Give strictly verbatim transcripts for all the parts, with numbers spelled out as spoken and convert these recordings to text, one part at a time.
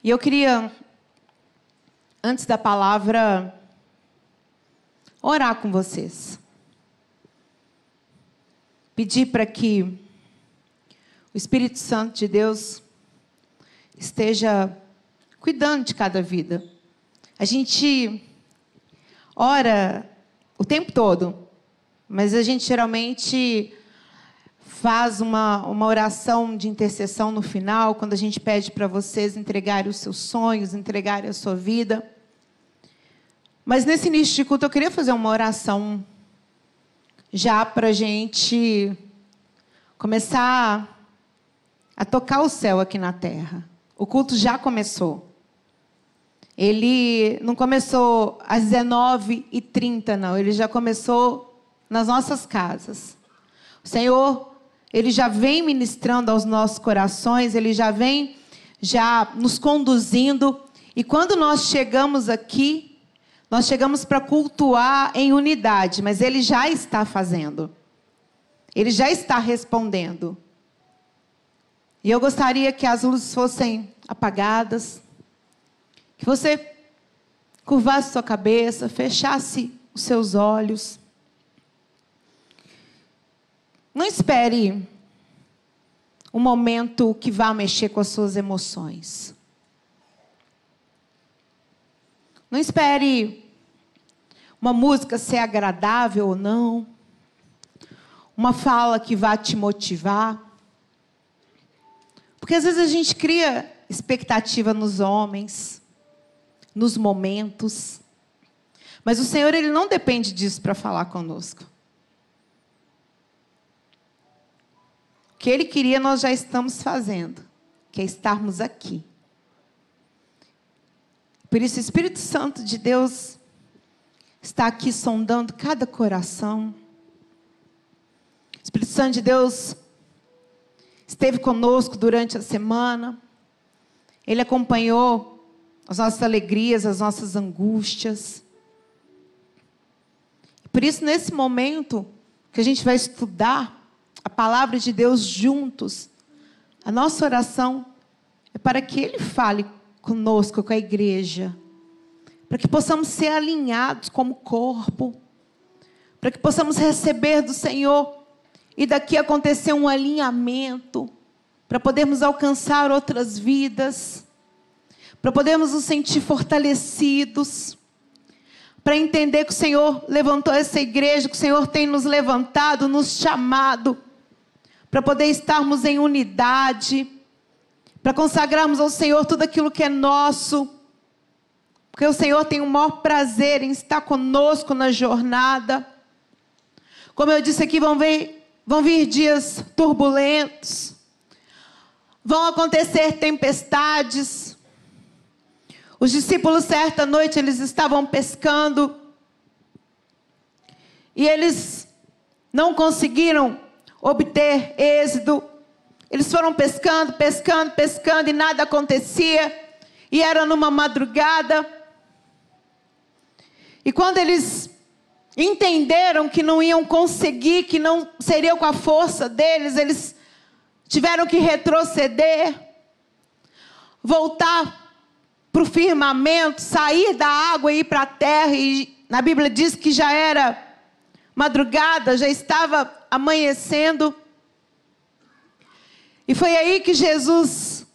E eu queria, antes da palavra, orar com vocês. Pedir para que o Espírito Santo de Deus esteja cuidando de cada vida. A gente ora o tempo todo, mas a gente geralmente faz uma, uma oração de intercessão no final, quando a gente pede para vocês entregarem os seus sonhos, entregarem a sua vida. Mas nesse início de culto eu queria fazer uma oração já para a gente começar a tocar o céu aqui na terra. O culto já começou. Ele não começou às dezenove e trinta, não. Ele já começou nas nossas casas. O Senhor, Ele já vem ministrando aos nossos corações, Ele já vem já nos conduzindo. E quando nós chegamos aqui, nós chegamos para cultuar em unidade, mas Ele já está fazendo. Ele já está respondendo. E eu gostaria que as luzes fossem apagadas, que você curvasse sua cabeça, fechasse os seus olhos. Não espere um momento que vá mexer com as suas emoções. Não espere uma música ser agradável ou não. Uma fala que vá te motivar. Porque às vezes a gente cria expectativa nos homens, nos momentos. Mas o Senhor, Ele não depende disso para falar conosco. O que Ele queria, nós já estamos fazendo, que é estarmos aqui. Por isso, o Espírito Santo de Deus está aqui sondando cada coração. O Espírito Santo de Deus esteve conosco durante a semana. Ele acompanhou as nossas alegrias, as nossas angústias. Por isso, nesse momento que a gente vai estudar a palavra de Deus juntos, a nossa oração é para que Ele fale conosco, com a igreja, para que possamos ser alinhados como corpo, para que possamos receber do Senhor e daqui acontecer um alinhamento, para podermos alcançar outras vidas, para podermos nos sentir fortalecidos, para entender que o Senhor levantou essa igreja, que o Senhor tem nos levantado, nos chamado, para poder estarmos em unidade, para consagrarmos ao Senhor tudo aquilo que é nosso, porque o Senhor tem o maior prazer em estar conosco na jornada. Como eu disse aqui, vão vir, vão vir dias turbulentos, vão acontecer tempestades. Os discípulos, certa noite, eles estavam pescando e eles não conseguiram obter êxito. Eles foram pescando, pescando, pescando e nada acontecia. E era numa madrugada. E quando eles entenderam que não iam conseguir, que não seria com a força deles, eles tiveram que retroceder, voltar para o firmamento, sair da água e ir para a terra. E na Bíblia diz que já era madrugada, já estava amanhecendo. E foi aí que Jesus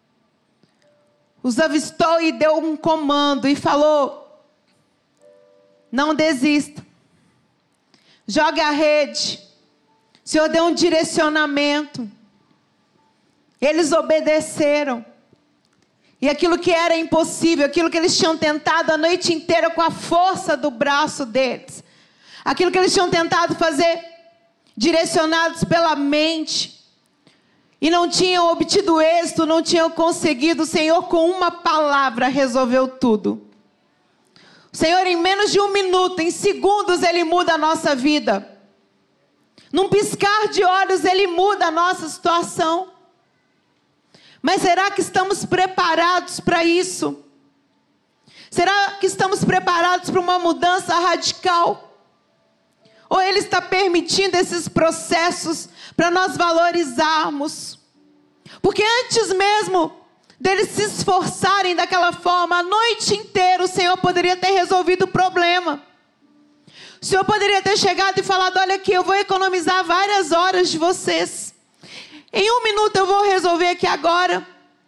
os avistou e deu um comando e falou: não desista, jogue a rede. O Senhor deu um direcionamento. Eles obedeceram. E aquilo que era impossível, aquilo que eles tinham tentado a noite inteira com a força do braço deles, aquilo que eles tinham tentado fazer, direcionados pela mente, e não tinham obtido êxito, não tinham conseguido, o Senhor com uma palavra resolveu tudo. O Senhor, em menos de um minuto, em segundos, Ele muda a nossa vida. Num piscar de olhos, Ele muda a nossa situação. Mas será que estamos preparados para isso? Será que estamos preparados para uma mudança radical? Ou Ele está permitindo esses processos para nós valorizarmos? Porque antes mesmo deles se esforçarem daquela forma, a noite inteira o Senhor poderia ter resolvido o problema. O Senhor poderia ter chegado e falado: olha aqui, eu vou economizar várias horas de vocês. Em um minuto eu vou resolver aqui agora.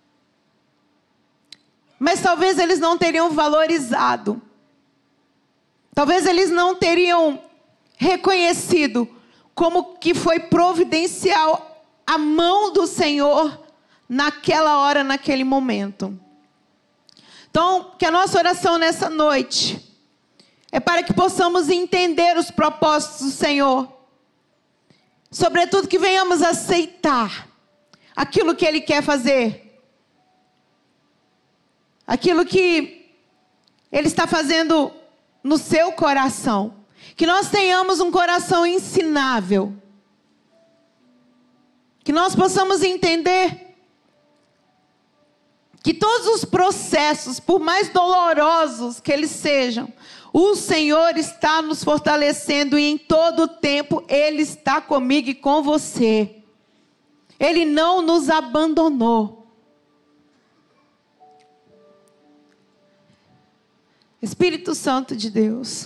Mas talvez eles não teriam valorizado. Talvez eles não teriam reconhecido como que foi providencial a mão do Senhor naquela hora, naquele momento. Então, que a nossa oração nessa noite é para que possamos entender os propósitos do Senhor. Sobretudo que venhamos aceitar aquilo que Ele quer fazer. Aquilo que Ele está fazendo no seu coração. Que nós tenhamos um coração ensinável. Que nós possamos entender que todos os processos, por mais dolorosos que eles sejam, o Senhor está nos fortalecendo e em todo o tempo Ele está comigo e com você. Ele não nos abandonou. Espírito Santo de Deus,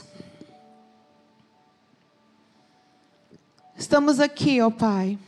estamos aqui, ó Pai.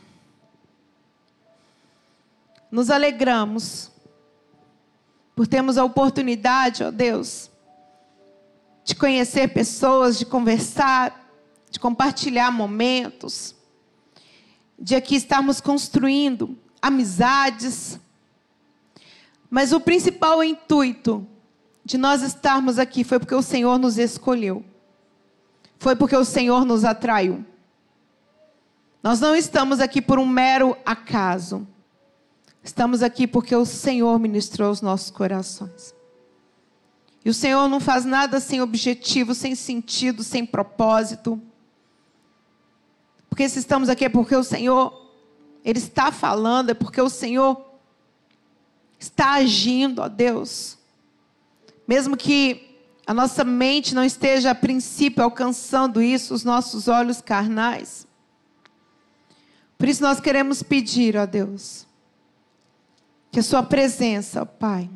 Nos alegramos por termos a oportunidade, ó Deus, de conhecer pessoas, de conversar, de compartilhar momentos, de aqui estarmos construindo amizades. Mas o principal intuito de nós estarmos aqui foi porque o Senhor nos escolheu. Foi porque o Senhor nos atraiu. Nós não estamos aqui por um mero acaso. Estamos aqui porque o Senhor ministrou os nossos corações. E o Senhor não faz nada sem objetivo, sem sentido, sem propósito. Porque se estamos aqui é porque o Senhor, Ele está falando, é porque o Senhor está agindo, ó Deus. Mesmo que a nossa mente não esteja a princípio alcançando isso, os nossos olhos carnais. Por isso nós queremos pedir, ó Deus, que a sua presença, ó Pai,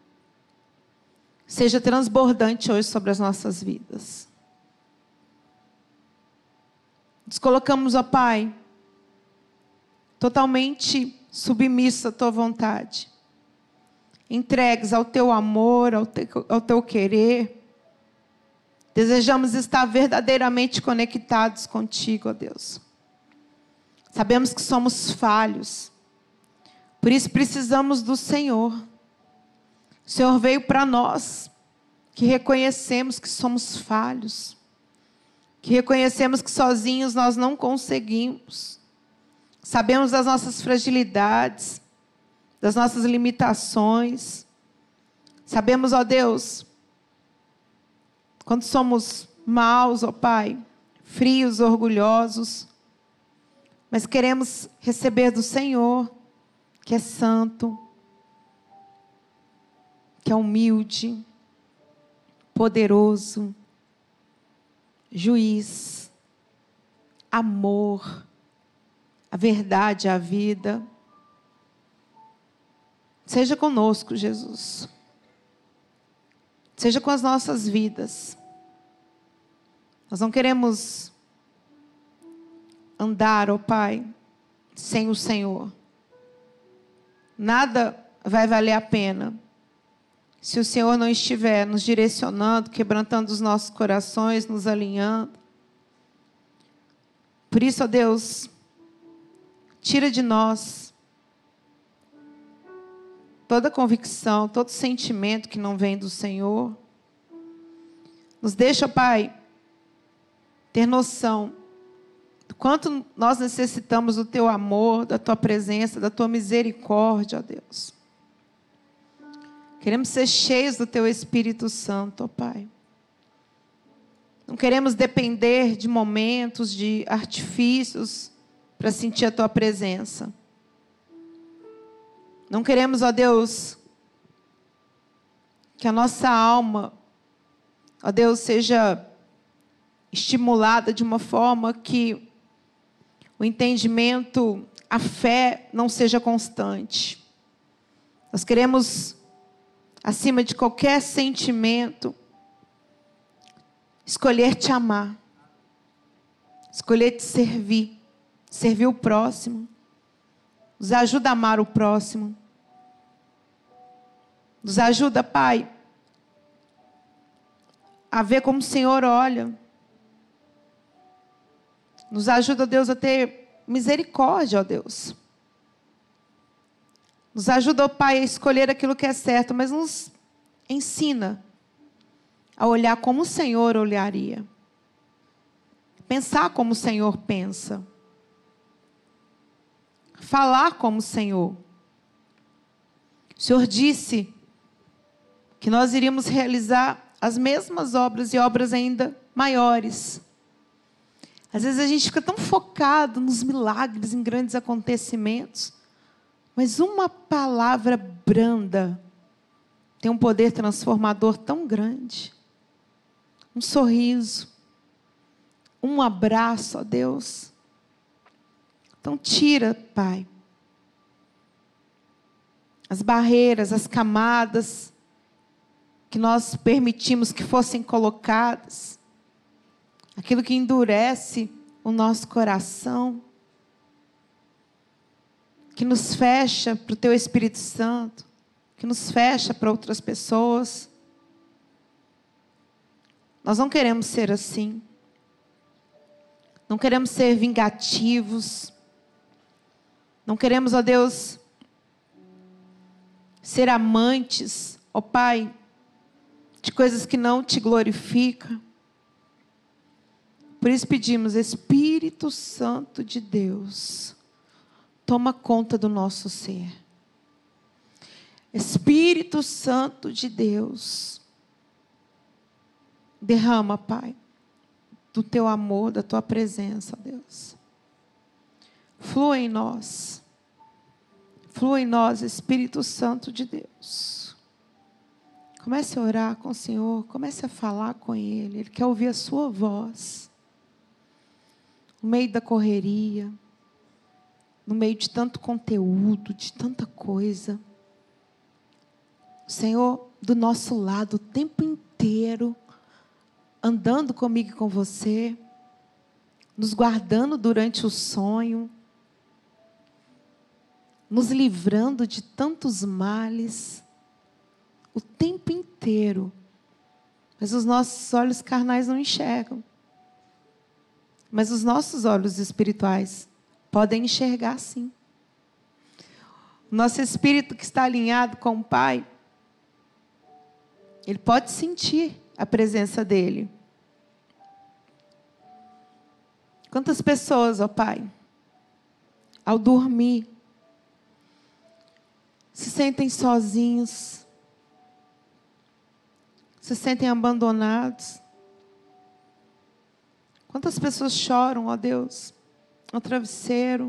seja transbordante hoje sobre as nossas vidas. Nos colocamos, ó Pai, totalmente submissos à tua vontade. Entregues ao teu amor, ao teu, ao teu querer. Desejamos estar verdadeiramente conectados contigo, ó Deus. Sabemos que somos falhos. Por isso precisamos do Senhor. O Senhor veio para nós, que reconhecemos que somos falhos. Que reconhecemos que sozinhos nós não conseguimos. Sabemos das nossas fragilidades, das nossas limitações. Sabemos, ó Deus, quando somos maus, ó Pai, frios, orgulhosos. Mas queremos receber do Senhor, que é santo, que é humilde, poderoso, juiz, amor, a verdade, a vida. Seja conosco, Jesus. Seja com as nossas vidas. Nós não queremos andar, ó Pai, sem o Senhor. Nada vai valer a pena se o Senhor não estiver nos direcionando, quebrantando os nossos corações, nos alinhando. Por isso, ó Deus, tira de nós toda convicção, todo sentimento que não vem do Senhor. Nos deixa, Pai, ter noção do quanto nós necessitamos do Teu amor, da Tua presença, da Tua misericórdia, ó Deus. Queremos ser cheios do Teu Espírito Santo, ó Pai. Não queremos depender de momentos, de artifícios para sentir a Tua presença. Não queremos, ó Deus, que a nossa alma, ó Deus, seja estimulada de uma forma que o entendimento, a fé não seja constante. Nós queremos, acima de qualquer sentimento, escolher te amar, escolher te servir, servir o próximo. Nos ajuda a amar o próximo. Nos ajuda, Pai, a ver como o Senhor olha. Nos ajuda, Deus, a ter misericórdia, ó Deus. Nos ajuda, ó Pai, a escolher aquilo que é certo, mas nos ensina a olhar como o Senhor olharia. Pensar como o Senhor pensa. Falar como o Senhor. O Senhor disse que nós iríamos realizar as mesmas obras e obras ainda maiores. Às vezes a gente fica tão focado nos milagres, em grandes acontecimentos, mas uma palavra branda tem um poder transformador tão grande. Um sorriso, um abraço, ó Deus. Então tira, Pai, as barreiras, as camadas que nós permitimos que fossem colocadas, aquilo que endurece o nosso coração, que nos fecha para o Teu Espírito Santo, que nos fecha para outras pessoas. Nós não queremos ser assim. Não queremos ser vingativos. Não queremos, ó Deus, ser amantes, ó Pai, de coisas que não Te glorificam. Por isso pedimos, Espírito Santo de Deus, toma conta do nosso ser. Espírito Santo de Deus, derrama, Pai, do Teu amor, da Tua presença, Deus. Flua em nós. Flua em nós, Espírito Santo de Deus. Comece a orar com o Senhor, comece a falar com Ele. Ele quer ouvir a sua voz. No meio da correria, no meio de tanto conteúdo, de tanta coisa. O Senhor do nosso lado o tempo inteiro, andando comigo e com você, nos guardando durante o sonho, nos livrando de tantos males, o tempo inteiro. Mas os nossos olhos carnais não enxergam. Mas os nossos olhos espirituais podem enxergar sim. O nosso espírito que está alinhado com o Pai, ele pode sentir a presença dEle. Quantas pessoas, ó Pai, ao dormir, se sentem sozinhos, se sentem abandonados. Quantas pessoas choram, ó Deus, no travesseiro,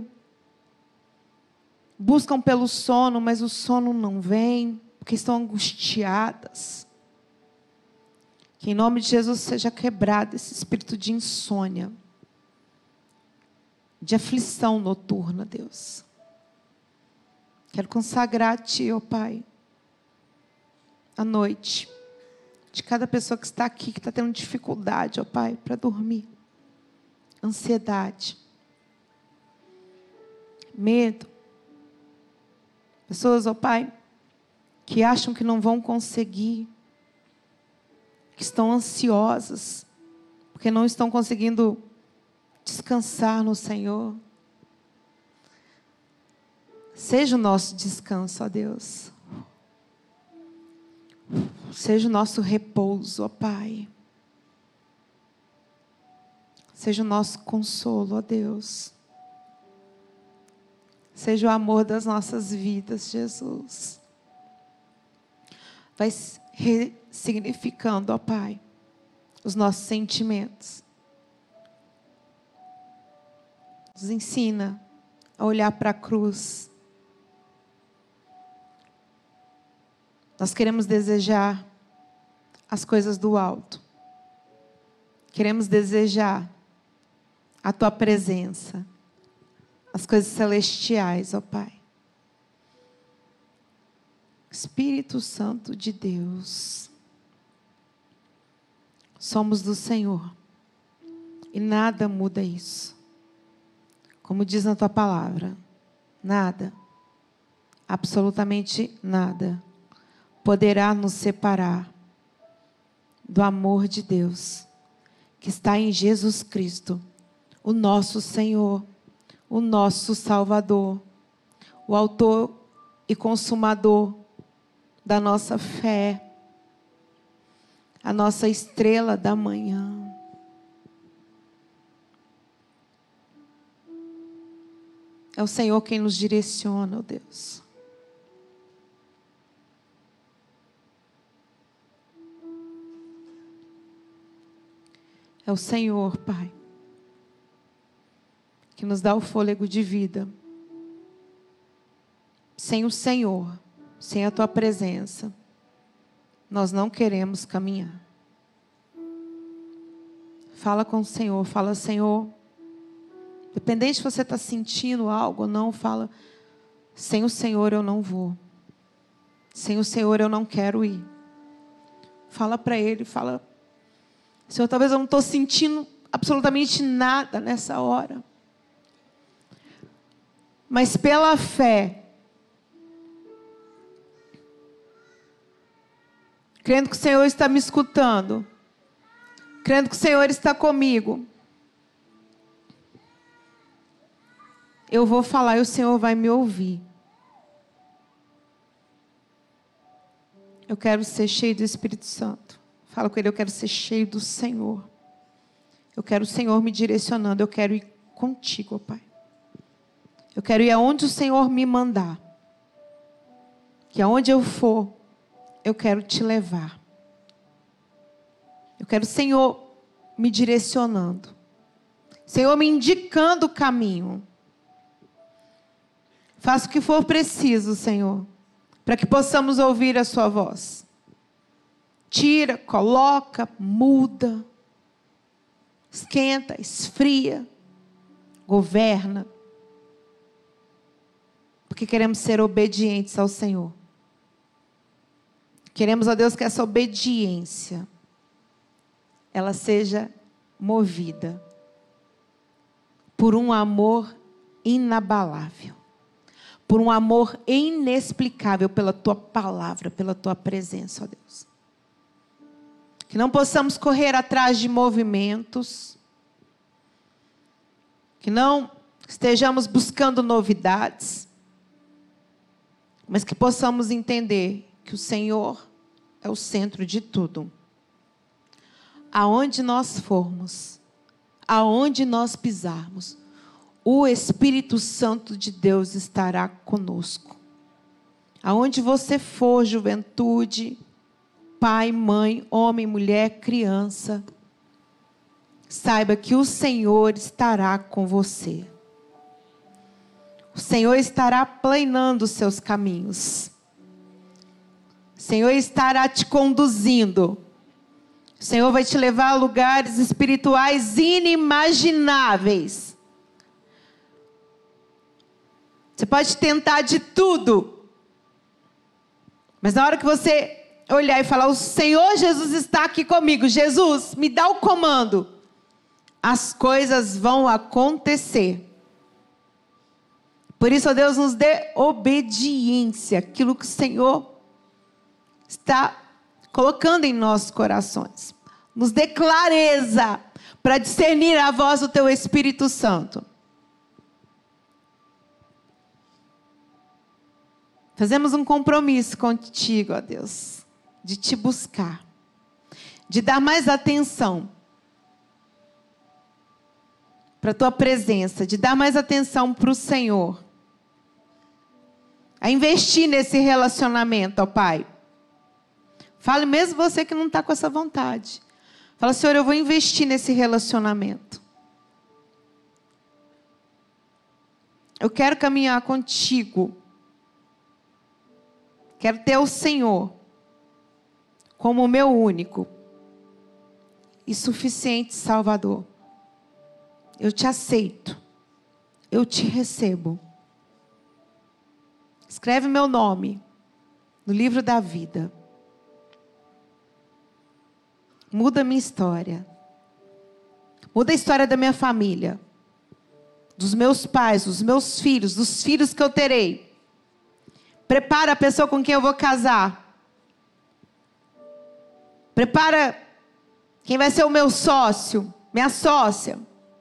buscam pelo sono, mas o sono não vem, porque estão angustiadas. Que em nome de Jesus seja quebrado esse espírito de insônia, de aflição noturna, Deus. Quero consagrar a Ti, ó Pai, a noite de cada pessoa que está aqui, que está tendo dificuldade, ó Pai, para dormir. Ansiedade, medo. Pessoas, ó Pai, que acham que não vão conseguir, que estão ansiosas, porque não estão conseguindo descansar no Senhor. Seja o nosso descanso, ó Deus. Seja o nosso repouso, ó Pai. Seja o nosso consolo, ó Deus. Seja o amor das nossas vidas, Jesus. Vai ressignificando, ó Pai, os nossos sentimentos. Nos ensina a olhar para a cruz. Nós queremos desejar as coisas do alto. Queremos desejar a Tua presença, as coisas celestiais, ó Pai. Espírito Santo de Deus, somos do Senhor e nada muda isso. Como diz na tua palavra, nada, absolutamente nada, poderá nos separar do amor de Deus, que está em Jesus Cristo, o nosso Senhor, o nosso Salvador, o autor e consumador da nossa fé, a nossa estrela da manhã. É o Senhor quem nos direciona, ó Deus. É o Senhor, Pai, que nos dá o fôlego de vida. Sem o Senhor, sem a tua presença, nós não queremos caminhar. Fala com o Senhor, fala, Senhor, independente se você está sentindo algo ou não, fala, sem o Senhor eu não vou. Sem o Senhor eu não quero ir. Fala para Ele, fala, Senhor, talvez eu não estou sentindo absolutamente nada nessa hora. Mas pela fé, crendo que o Senhor está me escutando, crendo que o Senhor está comigo, eu vou falar e o Senhor vai me ouvir. Eu quero ser cheio do Espírito Santo. Fala com Ele, eu quero ser cheio do Senhor. Eu quero o Senhor me direcionando, eu quero ir contigo, ó Pai. Eu quero ir aonde o Senhor me mandar. Que aonde eu for, eu quero te levar. Eu quero o Senhor me direcionando. Senhor me indicando o caminho. Faça o que for preciso, Senhor, para que possamos ouvir a sua voz. Tira, coloca, muda, esquenta, esfria, governa. Porque queremos ser obedientes ao Senhor. Queremos, ó Deus, que essa obediência, ela seja movida por um amor inabalável. Por um amor inexplicável pela tua palavra, pela tua presença, ó Deus. Que não possamos correr atrás de movimentos. Que não estejamos buscando novidades. Mas que possamos entender que o Senhor é o centro de tudo. Aonde nós formos, aonde nós pisarmos, o Espírito Santo de Deus estará conosco. Aonde você for, juventude, pai, mãe, homem, mulher, criança, saiba que o Senhor estará com você. O Senhor estará planando os seus caminhos. O Senhor estará te conduzindo. O Senhor vai te levar a lugares espirituais inimagináveis. Você pode tentar de tudo. Mas na hora que você olhar e falar, o Senhor Jesus está aqui comigo. Jesus, me dá o comando. As coisas vão acontecer. Por isso, ó Deus, nos dê obediência. Aquilo que o Senhor está colocando em nossos corações. Nos dê clareza para discernir a voz do Teu Espírito Santo. Fazemos um compromisso contigo, ó Deus, de te buscar, de dar mais atenção para a tua presença, de dar mais atenção para o Senhor, a investir nesse relacionamento, ó Pai. Fale mesmo você que não está com essa vontade. Fala, Senhor, eu vou investir nesse relacionamento. Eu quero caminhar contigo. Quero ter o Senhor como o meu único e suficiente Salvador. Eu te aceito. Eu te recebo. Escreve meu nome no livro da vida. Muda a minha história. Muda a história da minha família. Dos meus pais, dos meus filhos, dos filhos que eu terei. Prepara a pessoa com quem eu vou casar. Prepara quem vai ser o meu sócio, minha sócia.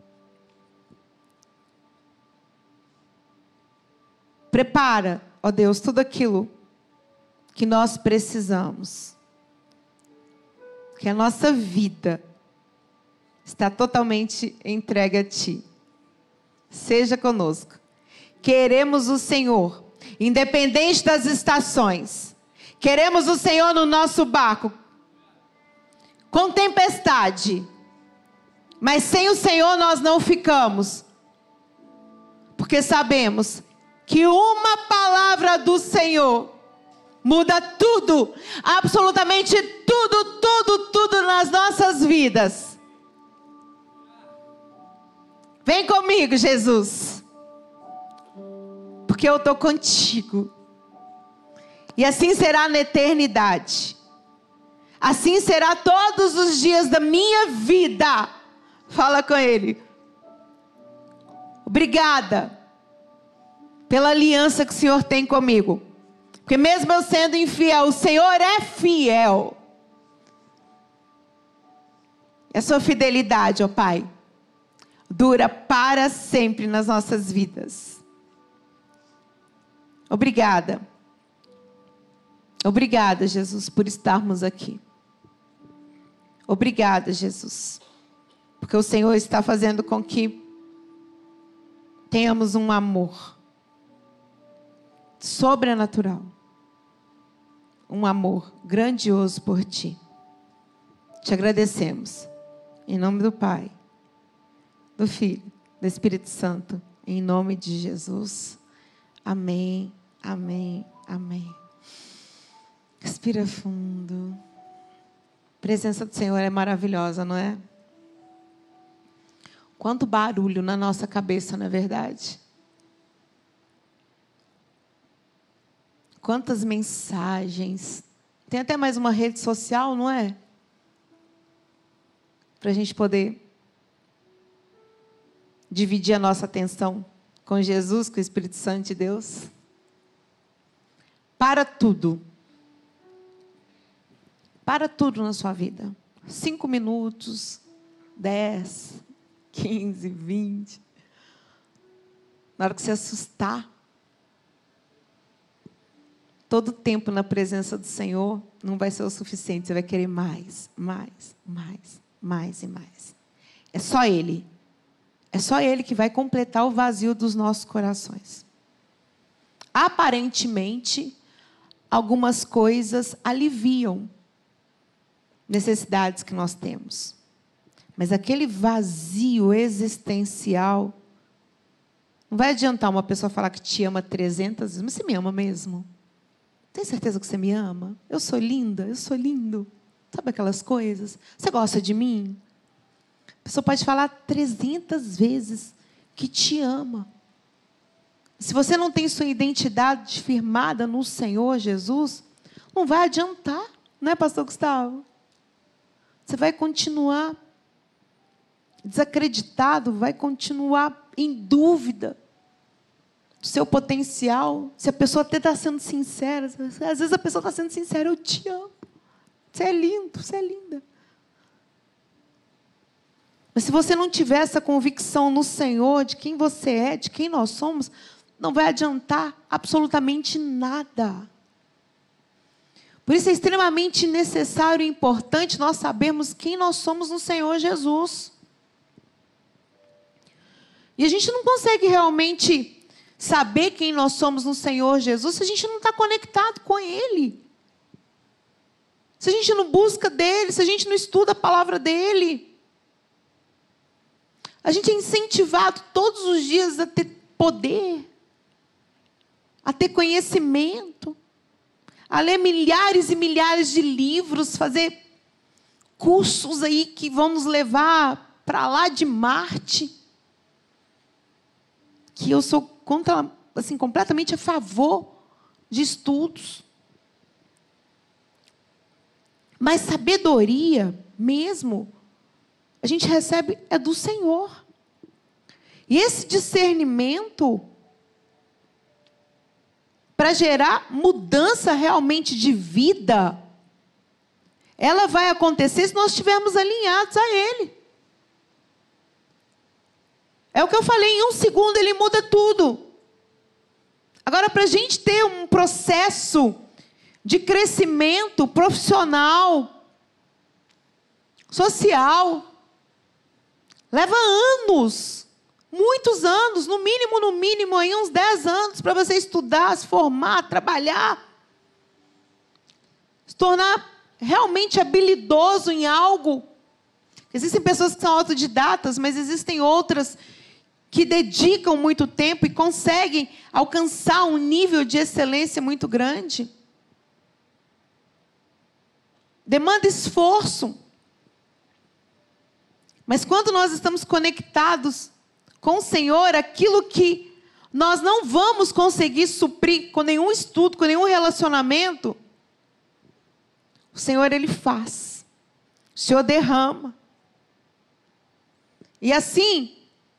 Prepara, ó Deus, tudo aquilo que nós precisamos. Que a nossa vida está totalmente entregue a Ti. Seja conosco. Queremos o Senhor, independente das estações. Queremos o Senhor no nosso barco, com tempestade. Mas sem o Senhor nós não ficamos. Porque sabemos que uma palavra do Senhor muda tudo, absolutamente tudo, tudo, tudo nas nossas vidas. Vem comigo, Jesus. Porque eu estou contigo. E assim será na eternidade. Assim será todos os dias da minha vida. Fala com Ele. Obrigada pela aliança que o Senhor tem comigo. Porque mesmo eu sendo infiel, o Senhor é fiel. E a sua fidelidade, ó Pai, dura para sempre nas nossas vidas. Obrigada. Obrigada, Jesus, por estarmos aqui. Obrigada, Jesus. Porque o Senhor está fazendo com que tenhamos um amor sobrenatural. Um amor grandioso por Ti. Te agradecemos. Em nome do Pai, do Filho, do Espírito Santo. Em nome de Jesus. Amém, amém, amém. Respira fundo. A presença do Senhor é maravilhosa, não é? Quanto barulho na nossa cabeça, não é verdade? Quantas mensagens. Tem até mais uma rede social, não é? Para a gente poder dividir a nossa atenção com Jesus, com o Espírito Santo de Deus. Para tudo. Para tudo na sua vida. Cinco minutos, dez, quinze, vinte. Na hora que você assustar, todo tempo na presença do Senhor não vai ser o suficiente. Você vai querer mais, mais, mais, mais e mais. É só Ele. É só Ele que vai completar o vazio dos nossos corações. Aparentemente, algumas coisas aliviam necessidades que nós temos. Mas aquele vazio existencial, não vai adiantar uma pessoa falar que te ama trezentas vezes, mas você me ama mesmo? Tem certeza que você me ama? Eu sou linda, eu sou lindo. Sabe aquelas coisas? Você gosta de mim? A pessoa pode falar trezentas vezes que te ama. Se você não tem sua identidade firmada no Senhor Jesus, não vai adiantar, não é, pastor Gustavo? Você vai continuar desacreditado, vai continuar em dúvida do seu potencial. Se a pessoa até está sendo sincera, às vezes a pessoa está sendo sincera, eu te amo. Você é lindo, você é linda. Mas se você não tiver essa convicção no Senhor, de quem você é, de quem nós somos, não vai adiantar absolutamente nada. Por isso é extremamente necessário e importante nós sabermos quem nós somos no Senhor Jesus. E a gente não consegue realmente saber quem nós somos no Senhor Jesus se a gente não está conectado com Ele. Se a gente não busca dEle, se a gente não estuda a palavra dEle. A gente é incentivado todos os dias a ter poder, a ter conhecimento, a ler milhares e milhares de livros, fazer cursos aí que vão nos levar para lá de Marte. Que eu sou contra, assim, completamente a favor de estudos. Mas sabedoria mesmo, a gente recebe é do Senhor. E esse discernimento, para gerar mudança realmente de vida, ela vai acontecer se nós estivermos alinhados a Ele. É o que eu falei, em um segundo Ele muda tudo. Agora, para a gente ter um processo de crescimento profissional, social, leva anos, muitos anos, no mínimo, no mínimo, aí uns dez anos, para você estudar, se formar, trabalhar, se tornar realmente habilidoso em algo. Existem pessoas que são autodidatas, mas existem outras que dedicam muito tempo e conseguem alcançar um nível de excelência muito grande. Demanda esforço. Mas quando nós estamos conectados com o Senhor, aquilo que nós não vamos conseguir suprir com nenhum estudo, com nenhum relacionamento, o Senhor, Ele faz. O Senhor derrama. E assim,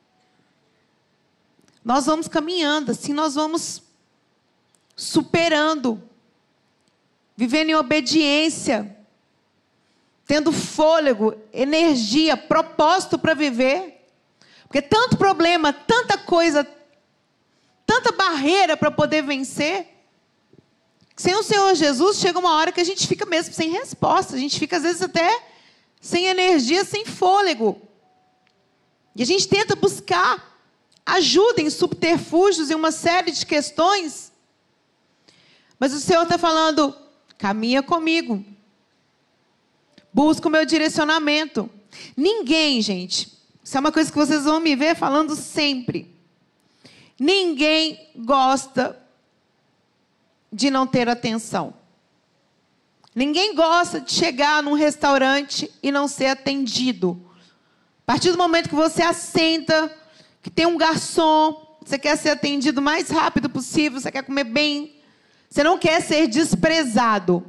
nós vamos caminhando, assim nós vamos superando, vivendo em obediência, tendo fôlego, energia, propósito para viver. Porque tanto problema, tanta coisa, tanta barreira para poder vencer. Sem o Senhor Jesus, chega uma hora que a gente fica mesmo sem resposta. A gente fica, às vezes, até sem energia, sem fôlego. E a gente tenta buscar ajuda em subterfúgios, em uma série de questões. Mas o Senhor está falando, caminha comigo. Busca o meu direcionamento. Ninguém, gente, isso é uma coisa que vocês vão me ver falando sempre. Ninguém gosta de não ter atenção. Ninguém gosta de chegar num restaurante e não ser atendido. A partir do momento que você assenta, que tem um garçom, você quer ser atendido o mais rápido possível, você quer comer bem, você não quer ser desprezado.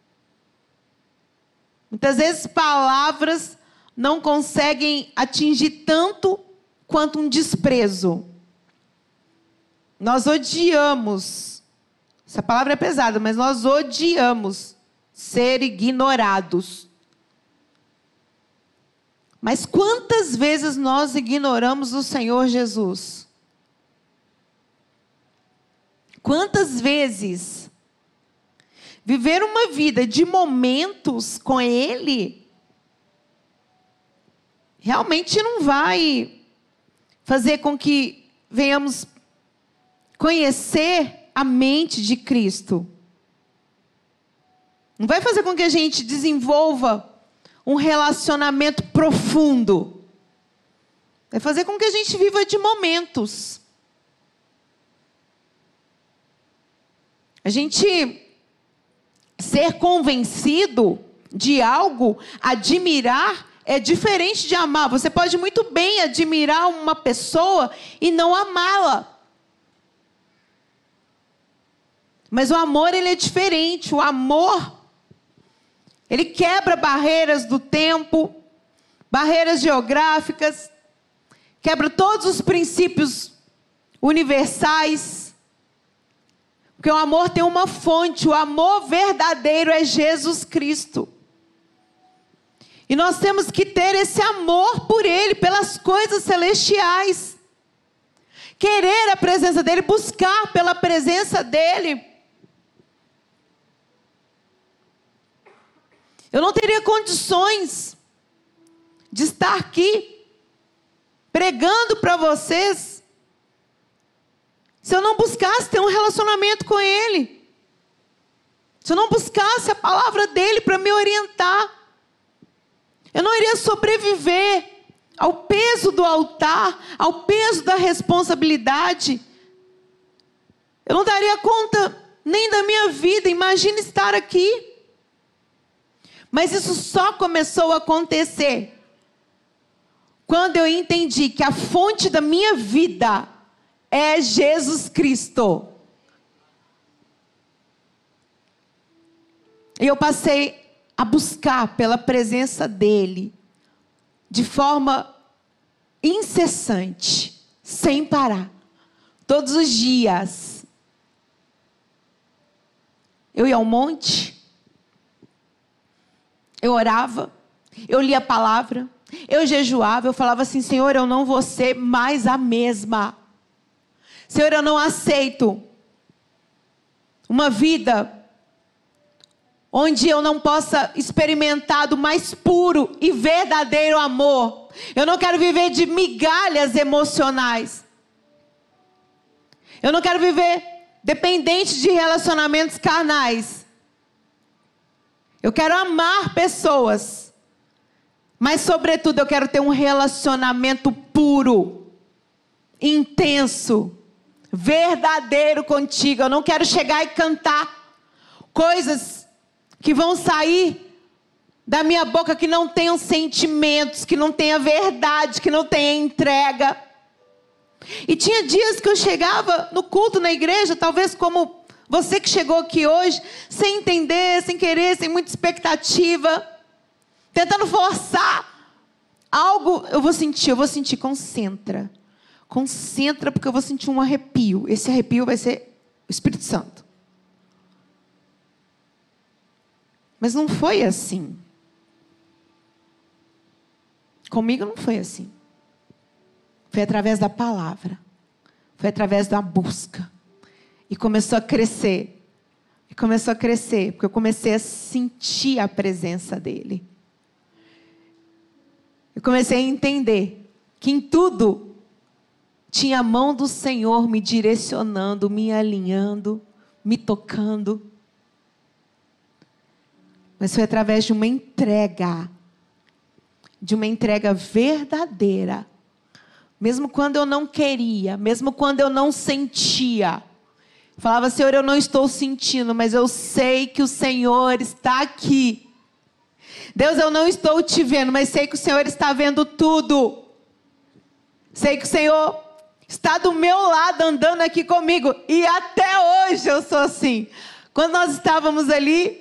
Muitas vezes palavras não conseguem atingir tanto quanto um desprezo. Nós odiamos, essa palavra é pesada, mas nós odiamos ser ignorados. Mas quantas vezes nós ignoramos o Senhor Jesus? Quantas vezes viver uma vida de momentos com Ele realmente não vai fazer com que venhamos conhecer a mente de Cristo. Não vai fazer com que a gente desenvolva um relacionamento profundo. Vai fazer com que a gente viva de momentos. A gente ser convencido de algo, admirar, é diferente de amar. Você pode muito bem admirar uma pessoa e não amá-la. Mas o amor, ele é diferente. O amor, ele quebra barreiras do tempo, barreiras geográficas, quebra todos os princípios universais. Porque o amor tem uma fonte, o amor verdadeiro é Jesus Cristo. E nós temos que ter esse amor por Ele, pelas coisas celestiais. Querer a presença dEle, buscar pela presença dEle. Eu não teria condições de estar aqui pregando para vocês se eu não buscasse ter um relacionamento com Ele. Se eu não buscasse a palavra dEle para me orientar. Eu não iria sobreviver ao peso do altar, ao peso da responsabilidade. Eu não daria conta nem da minha vida. Imagine estar aqui. Mas isso só começou a acontecer quando eu entendi que a fonte da minha vida é Jesus Cristo. E eu passei a buscar pela presença dele de forma incessante, sem parar, todos os dias. Eu ia ao monte, eu orava, eu lia a palavra, eu jejuava, eu falava assim: Senhor, eu não vou ser mais a mesma. Senhor, eu não aceito uma vida onde eu não possa experimentar do mais puro e verdadeiro amor. Eu não quero viver de migalhas emocionais. Eu não quero viver dependente de relacionamentos carnais. Eu quero amar pessoas, mas sobretudo eu quero ter um relacionamento puro, intenso, verdadeiro contigo. Eu não quero chegar e cantar coisas que vão sair da minha boca que não tenham sentimentos, que não tenha verdade, que não tenha entrega. E tinha dias que eu chegava no culto na igreja, talvez como você que chegou aqui hoje, sem entender, sem querer, sem muita expectativa, tentando forçar algo. Eu vou sentir, eu vou sentir, concentra. Concentra, porque eu vou sentir um arrepio. Esse arrepio vai ser o Espírito Santo. Mas não foi assim. Comigo não foi assim. Foi através da palavra. Foi através da busca. E começou a crescer. E começou a crescer, porque eu comecei a sentir a presença dele. Eu comecei a entender que em tudo tinha a mão do Senhor me direcionando, me alinhando, me tocando. Mas foi através de uma entrega, de uma entrega verdadeira. Mesmo quando eu não queria, mesmo quando eu não sentia. Eu falava: Senhor, eu não estou sentindo, mas eu sei que o Senhor está aqui. Deus, eu não estou te vendo, mas sei que o Senhor está vendo tudo. Sei que o Senhor está do meu lado, andando aqui comigo. E até hoje eu sou assim. Quando nós estávamos ali,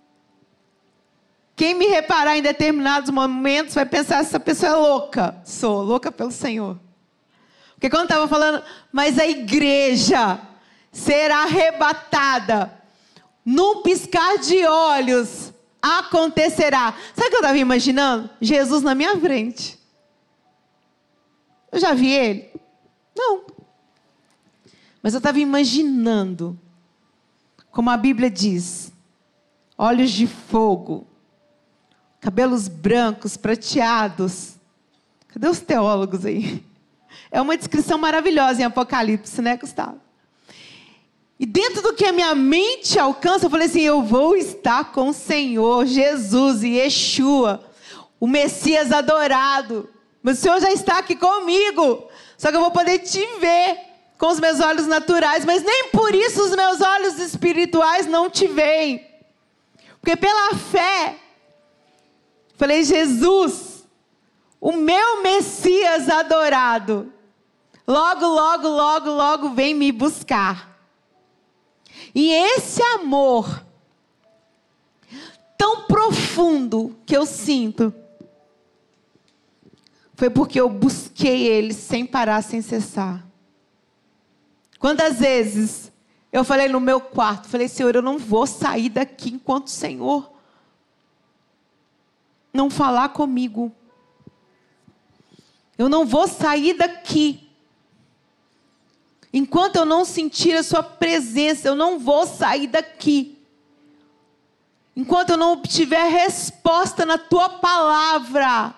quem me reparar em determinados momentos vai pensar: essa pessoa é louca. Sou louca pelo Senhor. Porque quando estava falando, mas a igreja será arrebatada, num piscar de olhos acontecerá. Sabe o que eu estava imaginando? Jesus na minha frente. Eu já vi ele? Não. Mas eu estava imaginando, como a Bíblia diz, olhos de fogo, cabelos brancos, prateados. Cadê os teólogos aí? É uma descrição maravilhosa em Apocalipse, né, Gustavo? E dentro do que a minha mente alcança, eu falei assim: eu vou estar com o Senhor, Jesus e Yeshua, o Messias adorado. Mas o Senhor já está aqui comigo. Só que eu vou poder te ver com os meus olhos naturais, mas nem por isso os meus olhos espirituais não te veem. Porque pela fé, falei: Jesus, o meu Messias adorado, logo, logo, logo, logo vem me buscar. E esse amor tão profundo que eu sinto, foi porque eu busquei ele sem parar, sem cessar. Quantas vezes eu falei no meu quarto, falei: Senhor, eu não vou sair daqui enquanto o Senhor não falar comigo. Eu não vou sair daqui enquanto eu não sentir a sua presença. Eu não vou sair daqui enquanto eu não obtiver resposta na tua palavra.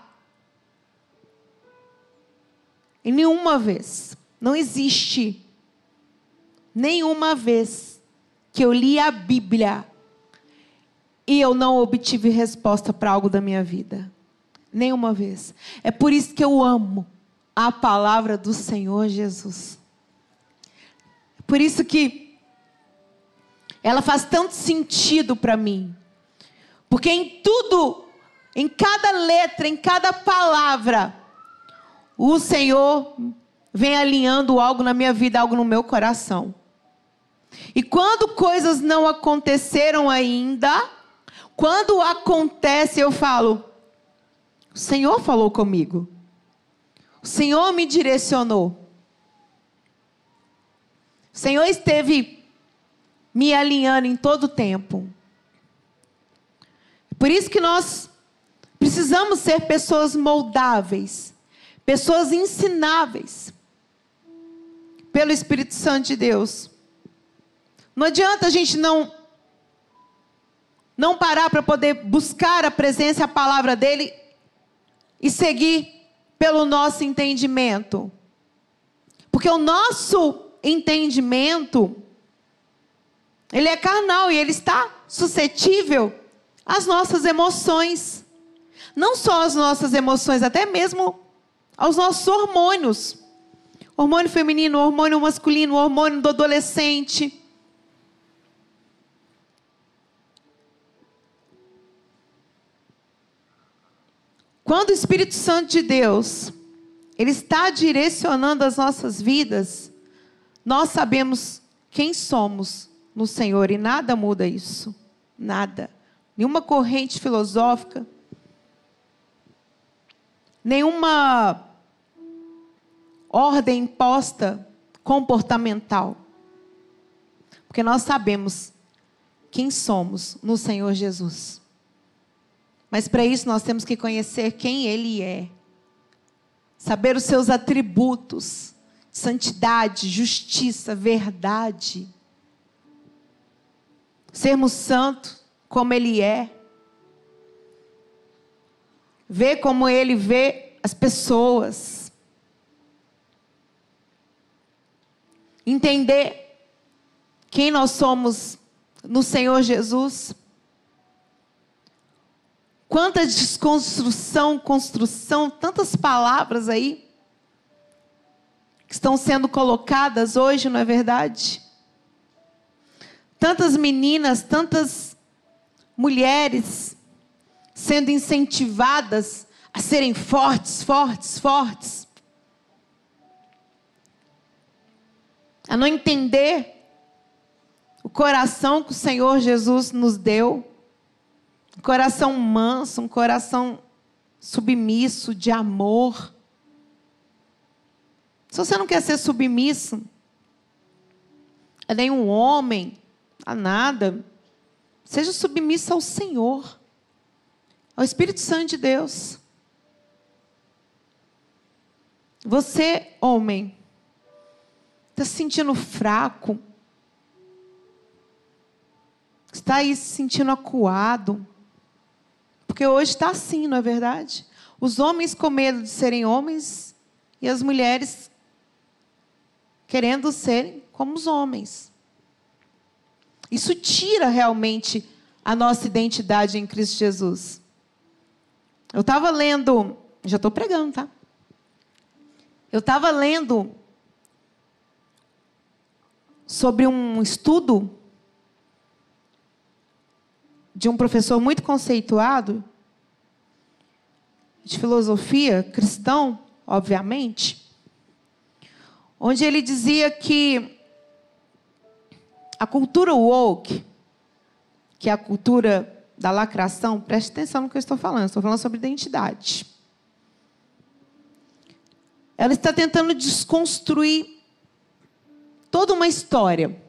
E nenhuma vez, não existe nenhuma vez que eu li a Bíblia e eu não obtive resposta para algo da minha vida. Nenhuma vez. É por isso que eu amo a palavra do Senhor Jesus. É por isso que ela faz tanto sentido para mim. Porque em tudo, em cada letra, em cada palavra, o Senhor vem alinhando algo na minha vida, algo no meu coração. E quando coisas não aconteceram ainda, Quando acontece, eu falo, o Senhor falou comigo. O Senhor me direcionou. O Senhor esteve me alinhando em todo o tempo. Por isso que nós precisamos ser pessoas moldáveis, pessoas ensináveis pelo Espírito Santo de Deus. Não adianta a gente não, não parar para poder buscar a presença e a palavra dele e seguir pelo nosso entendimento. Porque o nosso entendimento, ele é carnal e ele está suscetível às nossas emoções. Não só às nossas emoções, até mesmo aos nossos hormônios. Hormônio feminino, hormônio masculino, hormônio do adolescente. Quando o Espírito Santo de Deus, ele está direcionando as nossas vidas, nós sabemos quem somos no Senhor e nada muda isso. Nada. Nenhuma corrente filosófica, nenhuma ordem imposta comportamental. Porque nós sabemos quem somos no Senhor Jesus. Mas para isso nós temos que conhecer quem Ele é. Saber os seus atributos. Santidade, justiça, verdade. Sermos santos como Ele é. Ver como Ele vê as pessoas. Entender quem nós somos no Senhor Jesus. Quanta desconstrução, construção, tantas palavras aí que estão sendo colocadas hoje, não é verdade? Tantas meninas, tantas mulheres sendo incentivadas a serem fortes, fortes, fortes. A não entender o coração que o Senhor Jesus nos deu. Um coração manso, um coração submisso, de amor. Se você não quer ser submisso a nenhum homem, a nada, seja submisso ao Senhor, ao Espírito Santo de Deus. Você, homem, está se sentindo fraco, está aí se sentindo acuado, porque hoje está assim, não é verdade? Os homens com medo de serem homens e as mulheres querendo serem como os homens. Isso tira realmente a nossa identidade em Cristo Jesus. Eu estava lendo, já estou pregando, tá? Eu estava lendo sobre um estudo de um professor muito conceituado, de filosofia, cristão, obviamente, onde ele dizia que a cultura woke, que é a cultura da lacração, preste atenção no que eu estou falando, estou falando sobre identidade. Ela está tentando desconstruir toda uma história.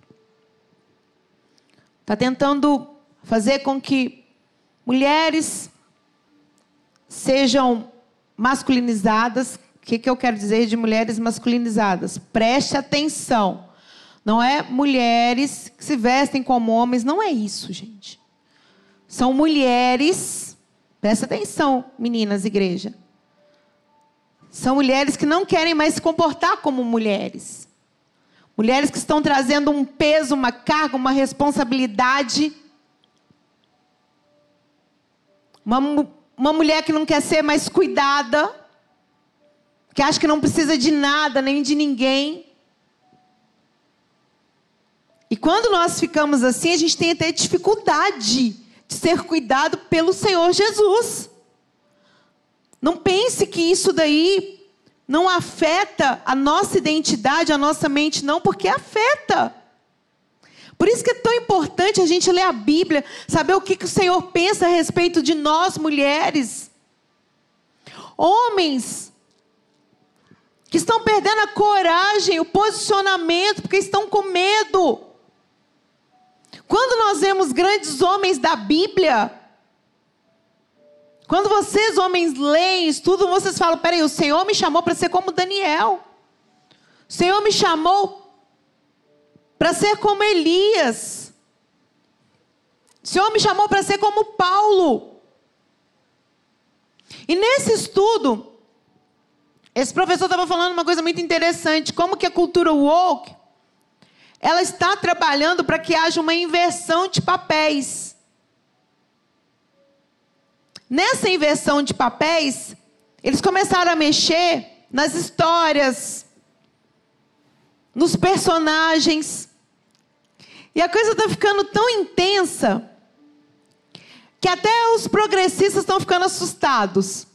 Está tentando fazer com que mulheres sejam masculinizadas. O que, que eu quero dizer de mulheres masculinizadas? Preste atenção. Não é mulheres que se vestem como homens. Não é isso, gente. São mulheres... Presta atenção, meninas, igreja. São mulheres que não querem mais se comportar como mulheres. Mulheres que estão trazendo um peso, uma carga, uma responsabilidade... Uma, uma mulher que não quer ser mais cuidada, que acha que não precisa de nada, nem de ninguém. E quando nós ficamos assim, a gente tem até dificuldade de ser cuidado pelo Senhor Jesus. Não pense que isso daí não afeta a nossa identidade, a nossa mente, não, porque afeta. Por isso que é tão importante a gente ler a Bíblia, saber o que, que o Senhor pensa a respeito de nós, mulheres. Homens que estão perdendo a coragem, o posicionamento, porque estão com medo. Quando nós vemos grandes homens da Bíblia, quando vocês, homens, leem, estudam, vocês falam, peraí, o Senhor me chamou para ser como Daniel. O Senhor me chamou para ser como Elias. O Senhor me chamou para ser como Paulo. E nesse estudo, esse professor estava falando uma coisa muito interessante, como que a cultura woke, ela está trabalhando para que haja uma inversão de papéis. Nessa inversão de papéis, eles começaram a mexer nas histórias, nos personagens. E a coisa está ficando tão intensa que até os progressistas estão ficando assustados.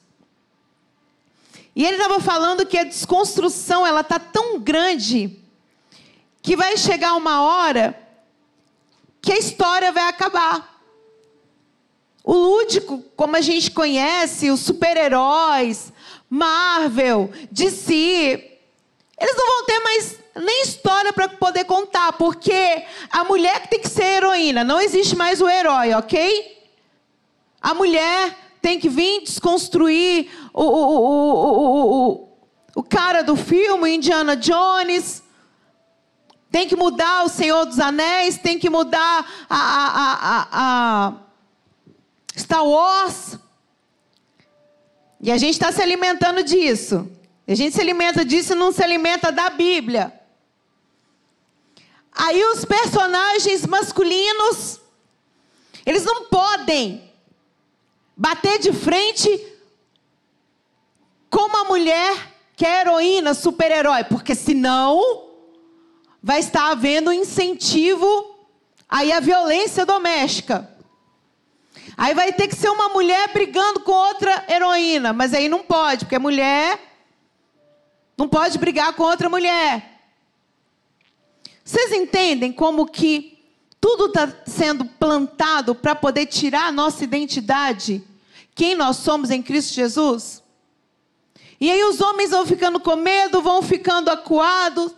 E ele estava falando que a desconstrução ela está tão grande que vai chegar uma hora que a história vai acabar. O lúdico, como a gente conhece, os super-heróis, Marvel, D C, eles não vão ter mais nem história para poder contar, porque a mulher que tem que ser heroína, não existe mais o herói, ok? A mulher tem que vir desconstruir o, o, o, o, o, o cara do filme, Indiana Jones, tem que mudar o Senhor dos Anéis, tem que mudar a, a, a, a Star Wars. E a gente está se alimentando disso. A gente se alimenta disso e não se alimenta da Bíblia. Aí os personagens masculinos, eles não podem bater de frente com uma mulher que é heroína, super-herói, porque senão vai estar havendo um incentivo aí à violência doméstica. Aí vai ter que ser uma mulher brigando com outra heroína, mas aí não pode, porque a mulher não pode brigar com outra mulher. Vocês entendem como que tudo está sendo plantado para poder tirar a nossa identidade, quem nós somos em Cristo Jesus? E aí os homens vão ficando com medo, vão ficando acuados.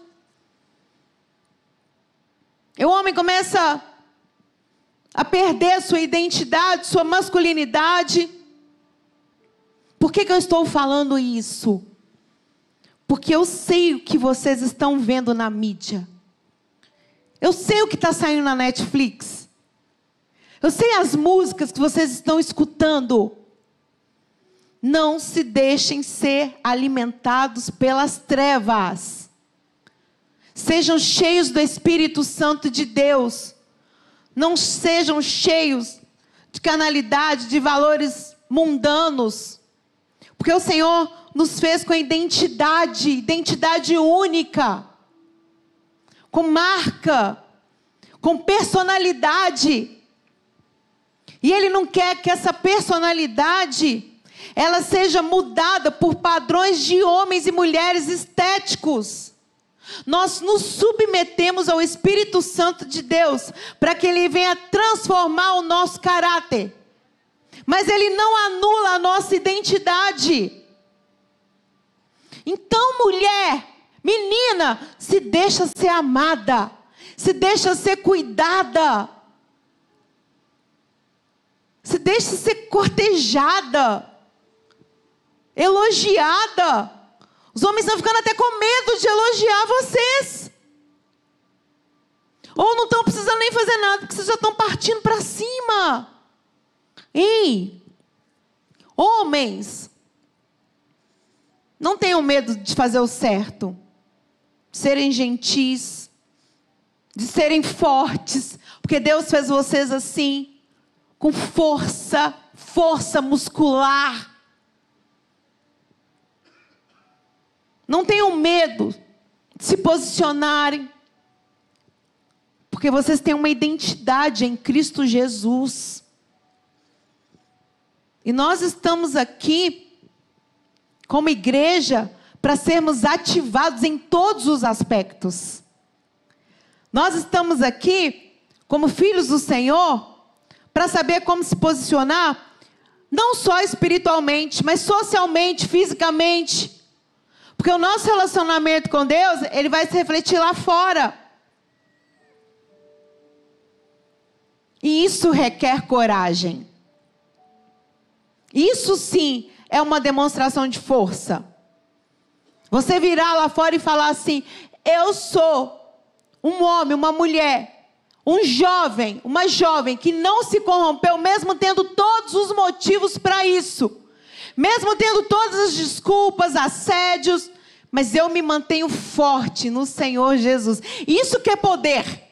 E o homem começa a perder sua identidade, sua masculinidade. Por que que eu estou falando isso? Porque eu sei o que vocês estão vendo na mídia. Eu sei o que está saindo na Netflix. Eu sei as músicas que vocês estão escutando. Não se deixem ser alimentados pelas trevas. Sejam cheios do Espírito Santo de Deus. Não sejam cheios de carnalidade, de valores mundanos. Porque o Senhor nos fez com identidade, identidade única. Com marca, com personalidade. E Ele não quer que essa personalidade ela seja mudada por padrões de homens e mulheres estéticos. Nós nos submetemos ao Espírito Santo de Deus para que Ele venha transformar o nosso caráter. Mas Ele não anula a nossa identidade. Então, mulher, menina, se deixa ser amada, se deixa ser cuidada, se deixa ser cortejada, elogiada. Os homens estão ficando até com medo de elogiar vocês. Ou não estão precisando nem fazer nada, porque vocês já estão partindo para cima. Ei, homens, não tenham medo de fazer o certo, de serem gentis, de serem fortes, porque Deus fez vocês assim, com força, força muscular. Não tenham medo de se posicionarem, porque vocês têm uma identidade em Cristo Jesus. E nós estamos aqui, como igreja, para sermos ativados em todos os aspectos. Nós estamos aqui como filhos do Senhor, para saber como se posicionar, não só espiritualmente, mas socialmente, fisicamente. Porque o nosso relacionamento com Deus, ele vai se refletir lá fora. E isso requer coragem. Isso sim é uma demonstração de força. Você virar lá fora e falar assim: eu sou um homem, uma mulher, um jovem, uma jovem que não se corrompeu, mesmo tendo todos os motivos para isso. Mesmo tendo todas as desculpas, assédios, mas eu me mantenho forte no Senhor Jesus. Isso que é poder.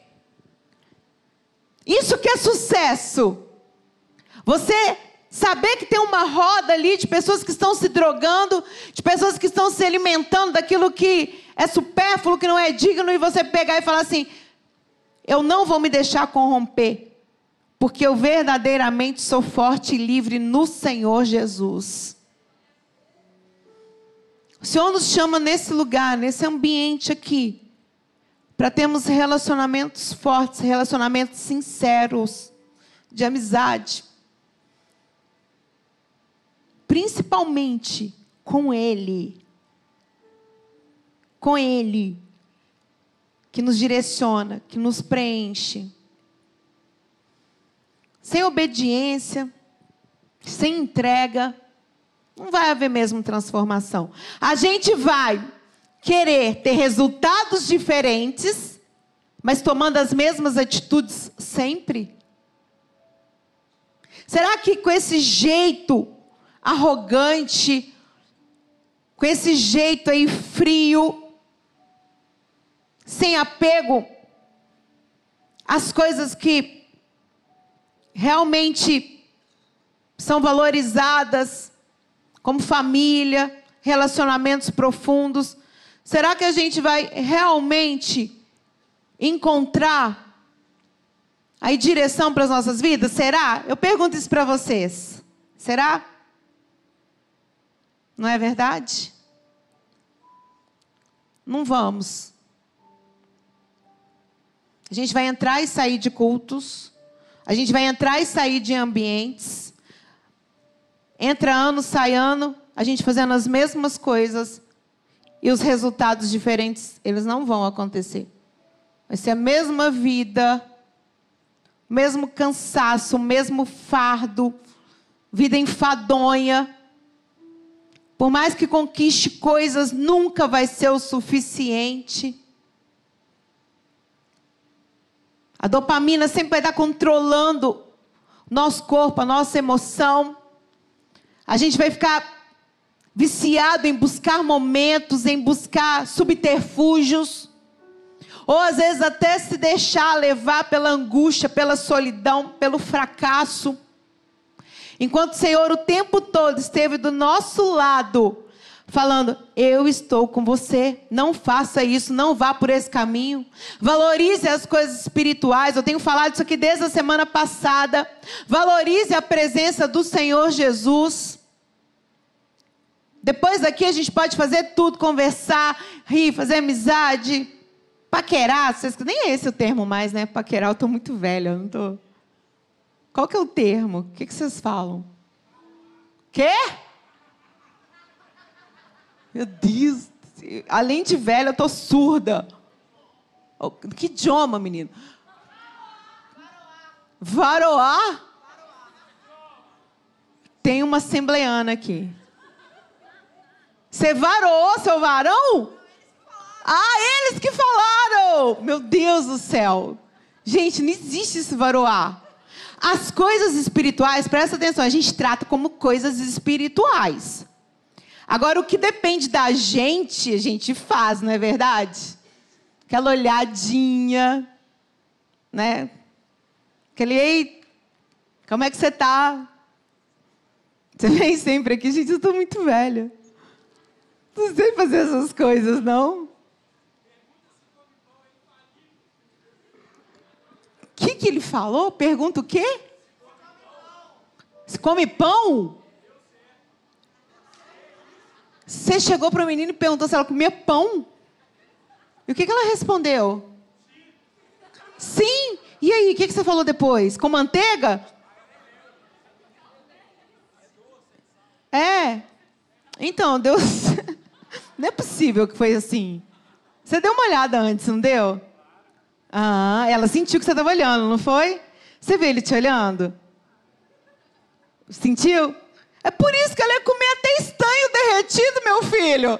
Isso que é sucesso. Você saber que tem uma roda ali de pessoas que estão se drogando, de pessoas que estão se alimentando daquilo que é supérfluo, que não é digno, e você pegar e falar assim: eu não vou me deixar corromper, porque eu verdadeiramente sou forte e livre no Senhor Jesus. O Senhor nos chama nesse lugar, nesse ambiente aqui, para termos relacionamentos fortes, relacionamentos sinceros, de amizade. Principalmente com Ele. Com Ele. Que nos direciona, que nos preenche. Sem obediência, sem entrega, não vai haver mesmo transformação. A gente vai querer ter resultados diferentes, mas tomando as mesmas atitudes sempre? Será que com esse jeito arrogante, com esse jeito aí frio, sem apego às coisas que realmente são valorizadas, como família, relacionamentos profundos, será que a gente vai realmente encontrar aí direção para as nossas vidas? Será? Eu pergunto isso para vocês. Será? Não é verdade? Não vamos. A gente vai entrar e sair de cultos. A gente vai entrar e sair de ambientes. Entra ano, sai ano, a gente fazendo as mesmas coisas. E os resultados diferentes, eles não vão acontecer. Vai ser a mesma vida, o mesmo cansaço, o mesmo fardo, vida enfadonha. Por mais que conquiste coisas, nunca vai ser o suficiente. A dopamina sempre vai estar controlando o nosso corpo, a nossa emoção. A gente vai ficar viciado em buscar momentos, em buscar subterfúgios. Ou às vezes até se deixar levar pela angústia, pela solidão, pelo fracasso. Enquanto o Senhor o tempo todo esteve do nosso lado, falando: eu estou com você, não faça isso, não vá por esse caminho. Valorize as coisas espirituais. Eu tenho falado isso aqui desde a semana passada. Valorize a presença do Senhor Jesus. Depois daqui a gente pode fazer tudo, conversar, rir, fazer amizade, paquerar. Vocês, nem é esse o termo mais, né? Paquerar, eu estou muito velha, eu não tô... Qual que é o termo? O que, que vocês falam? Quê? Meu Deus, além de velha, eu estou surda. Que idioma, menino? Varoar? Tem uma assembleiana aqui. Você varou, seu varão? Ah, eles que falaram! Meu Deus do céu. Gente, não existe esse varoar. As coisas espirituais, presta atenção, a gente trata como coisas espirituais. Agora, o que depende da gente, a gente faz, não é verdade? Aquela olhadinha, né? Aquele, ei, como é que você tá? Você vem sempre aqui, gente, eu estou muito velha. Não sei fazer essas coisas, não. O que, que ele falou? Pergunta o quê? Você come pão? Você chegou para o menino e perguntou se ela comia pão? E o que, que ela respondeu? Sim. E aí, o que, que você falou depois? Com manteiga? É. Então, Deus... Não é possível que foi assim. Você deu uma olhada antes, não deu? Ah, ela sentiu que você estava olhando, não foi? Você vê ele te olhando? Sentiu? É por isso que ela ia comer até estanho derretido, meu filho.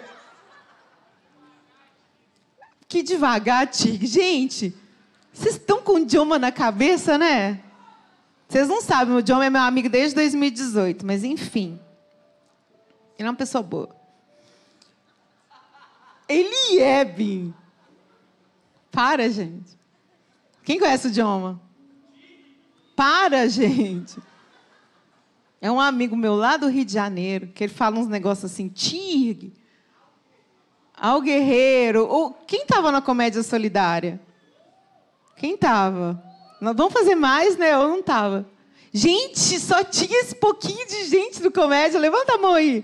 Que devagar, Tig. Gente, vocês estão com o Joma na cabeça, né? Vocês não sabem, o Joma é meu amigo desde dois mil e dezoito, mas enfim. Ele é uma pessoa boa. Ele é, Bim. Para, gente. Quem conhece o Joma? Para, gente. É um amigo meu lá do Rio de Janeiro, que ele fala uns negócios assim, Tig, ao guerreiro. Ou, quem estava na comédia solidária? Quem estava? Nós vamos fazer mais, né? Eu não estava. Gente, só tinha esse pouquinho de gente do comédia. Levanta a mão aí.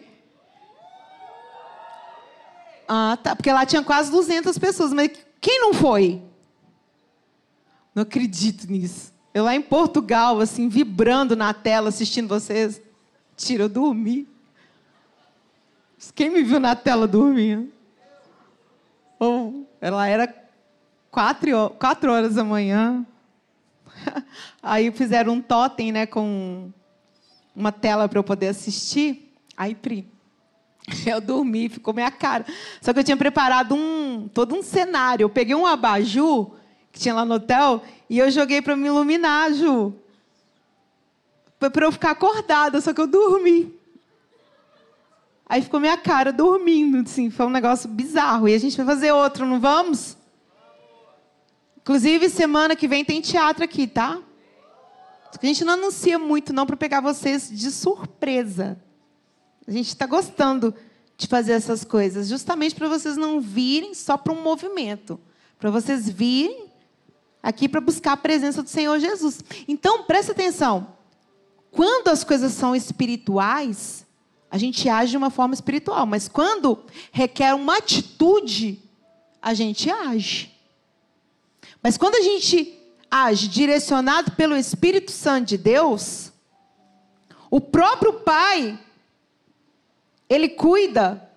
Ah, tá. Porque lá tinha quase duzentas pessoas. Mas quem não foi? Não acredito nisso. Eu lá em Portugal, assim, vibrando na tela, assistindo vocês. Tira, eu dormi. Quem me viu na tela dormindo? Oh, ela era quatro, quatro horas da manhã. Aí fizeram um totem, né, com uma tela para eu poder assistir. Aí, Pri, eu dormi, ficou minha cara. Só que eu tinha preparado um, todo um cenário. Eu peguei um abajur que tinha lá no hotel e eu joguei para me iluminar, Ju. Foi para eu ficar acordada, só que eu dormi. Aí ficou minha cara dormindo, assim, foi um negócio bizarro. E a gente vai fazer outro, não vamos? Inclusive, semana que vem tem teatro aqui, tá? A gente não anuncia muito, não, para pegar vocês de surpresa. A gente está gostando de fazer essas coisas, justamente para vocês não virem só para um movimento. Para vocês virem aqui para buscar a presença do Senhor Jesus. Então, presta atenção. Quando as coisas são espirituais, a gente age de uma forma espiritual. Mas quando requer uma atitude, a gente age. Mas quando a gente age direcionado pelo Espírito Santo de Deus, o próprio Pai, Ele cuida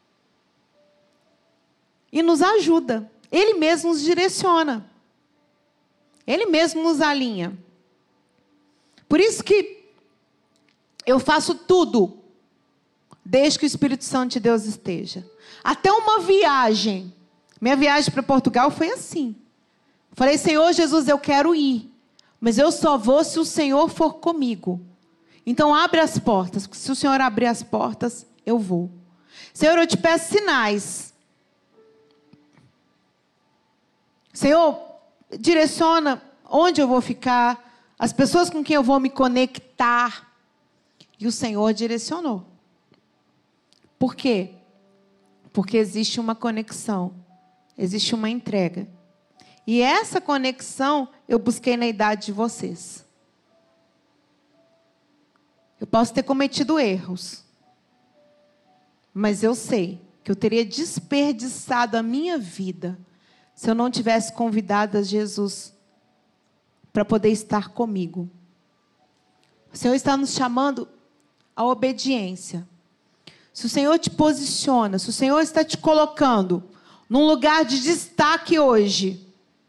e nos ajuda. Ele mesmo nos direciona. Ele mesmo nos alinha. Por isso que eu faço tudo, desde que o Espírito Santo de Deus esteja. Até uma viagem. Minha viagem para Portugal foi assim. Falei, Senhor Jesus, eu quero ir. Mas eu só vou se o Senhor for comigo. Então abre as portas. Se o Senhor abrir as portas, eu vou. Senhor, eu te peço sinais. Senhor, direciona onde eu vou ficar. As pessoas com quem eu vou me conectar. E o Senhor direcionou. Por quê? Porque existe uma conexão. Existe uma entrega. E essa conexão eu busquei na idade de vocês. Eu posso ter cometido erros. Mas eu sei que eu teria desperdiçado a minha vida se eu não tivesse convidado a Jesus para poder estar comigo. O Senhor está nos chamando à obediência. Se o Senhor te posiciona, se o Senhor está te colocando num lugar de destaque hoje,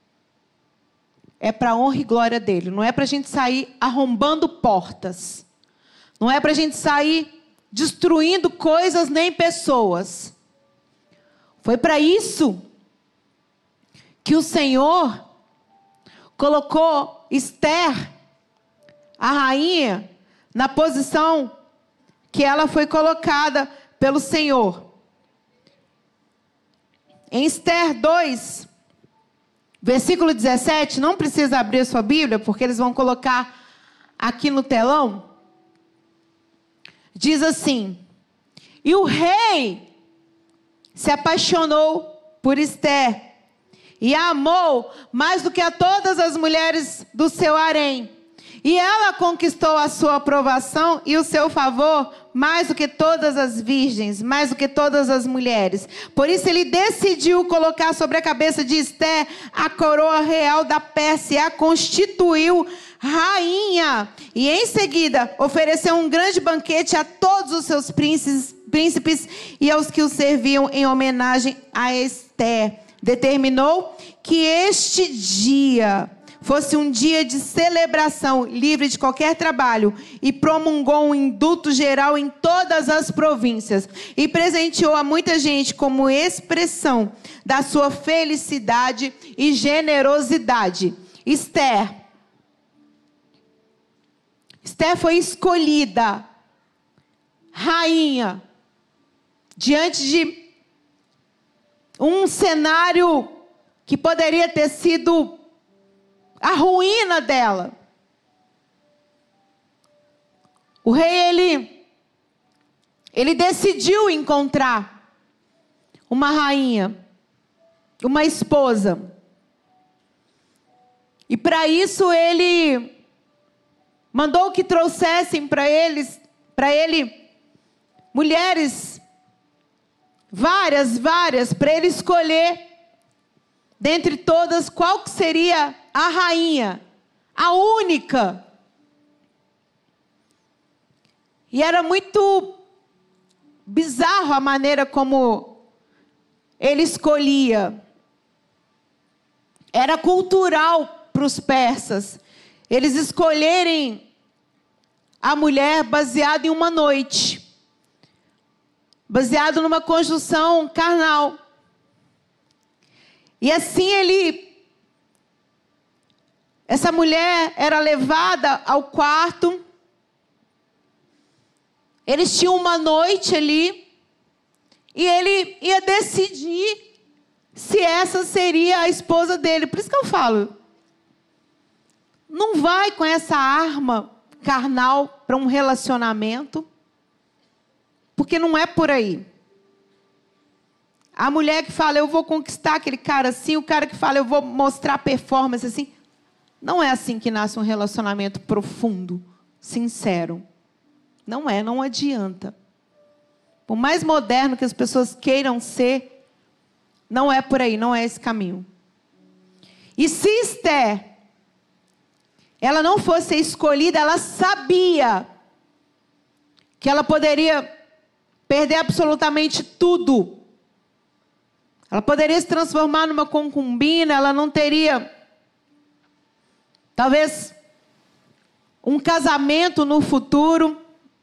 é para a honra e glória dele. Não é para a gente sair arrombando portas. Não é para a gente sair destruindo coisas nem pessoas. Foi para isso que o Senhor colocou Esther, a rainha, na posição que ela foi colocada pelo Senhor. Em Esther dois, versículo dezessete, não precisa abrir a sua Bíblia, porque eles vão colocar aqui no telão. Diz assim: e o rei se apaixonou por Esther e a amou mais do que a todas as mulheres do seu harém. E ela conquistou a sua aprovação e o seu favor mais do que todas as virgens, mais do que todas as mulheres. Por isso ele decidiu colocar sobre a cabeça de Esté a coroa real da Pérsia e a constituiu rainha. E em seguida ofereceu um grande banquete a todos os seus príncipes, príncipes e aos que o serviam em homenagem a Esté. Determinou que este dia fosse um dia de celebração, livre de qualquer trabalho, e promulgou um indulto geral em todas as províncias, e presenteou a muita gente como expressão da sua felicidade e generosidade. Esther. Esther foi escolhida rainha diante de um cenário que poderia ter sido a ruína dela. O rei, ele, ele decidiu encontrar uma rainha, uma esposa. E para isso ele mandou que trouxessem para eles, para ele, mulheres, várias, várias, para ele escolher dentre todas qual que seria a rainha, a única. E era muito bizarro a maneira como ele escolhia. Era cultural para os persas eles escolherem a mulher baseado em uma noite, baseado numa conjunção carnal. E assim ele, essa mulher era levada ao quarto, eles tinham uma noite ali, e ele ia decidir se essa seria a esposa dele. Por isso que eu falo, não vai com essa arma carnal para um relacionamento, porque não é por aí. A mulher que fala, eu vou conquistar aquele cara assim, o cara que fala, eu vou mostrar performance assim. Não é assim que nasce um relacionamento profundo, sincero. Não é, não adianta. Por mais moderno que as pessoas queiram ser, não é por aí, não é esse caminho. E se Esther, ela não fosse escolhida, ela sabia que ela poderia perder absolutamente tudo. Ela poderia se transformar numa concubina, ela não teria, talvez, um casamento no futuro.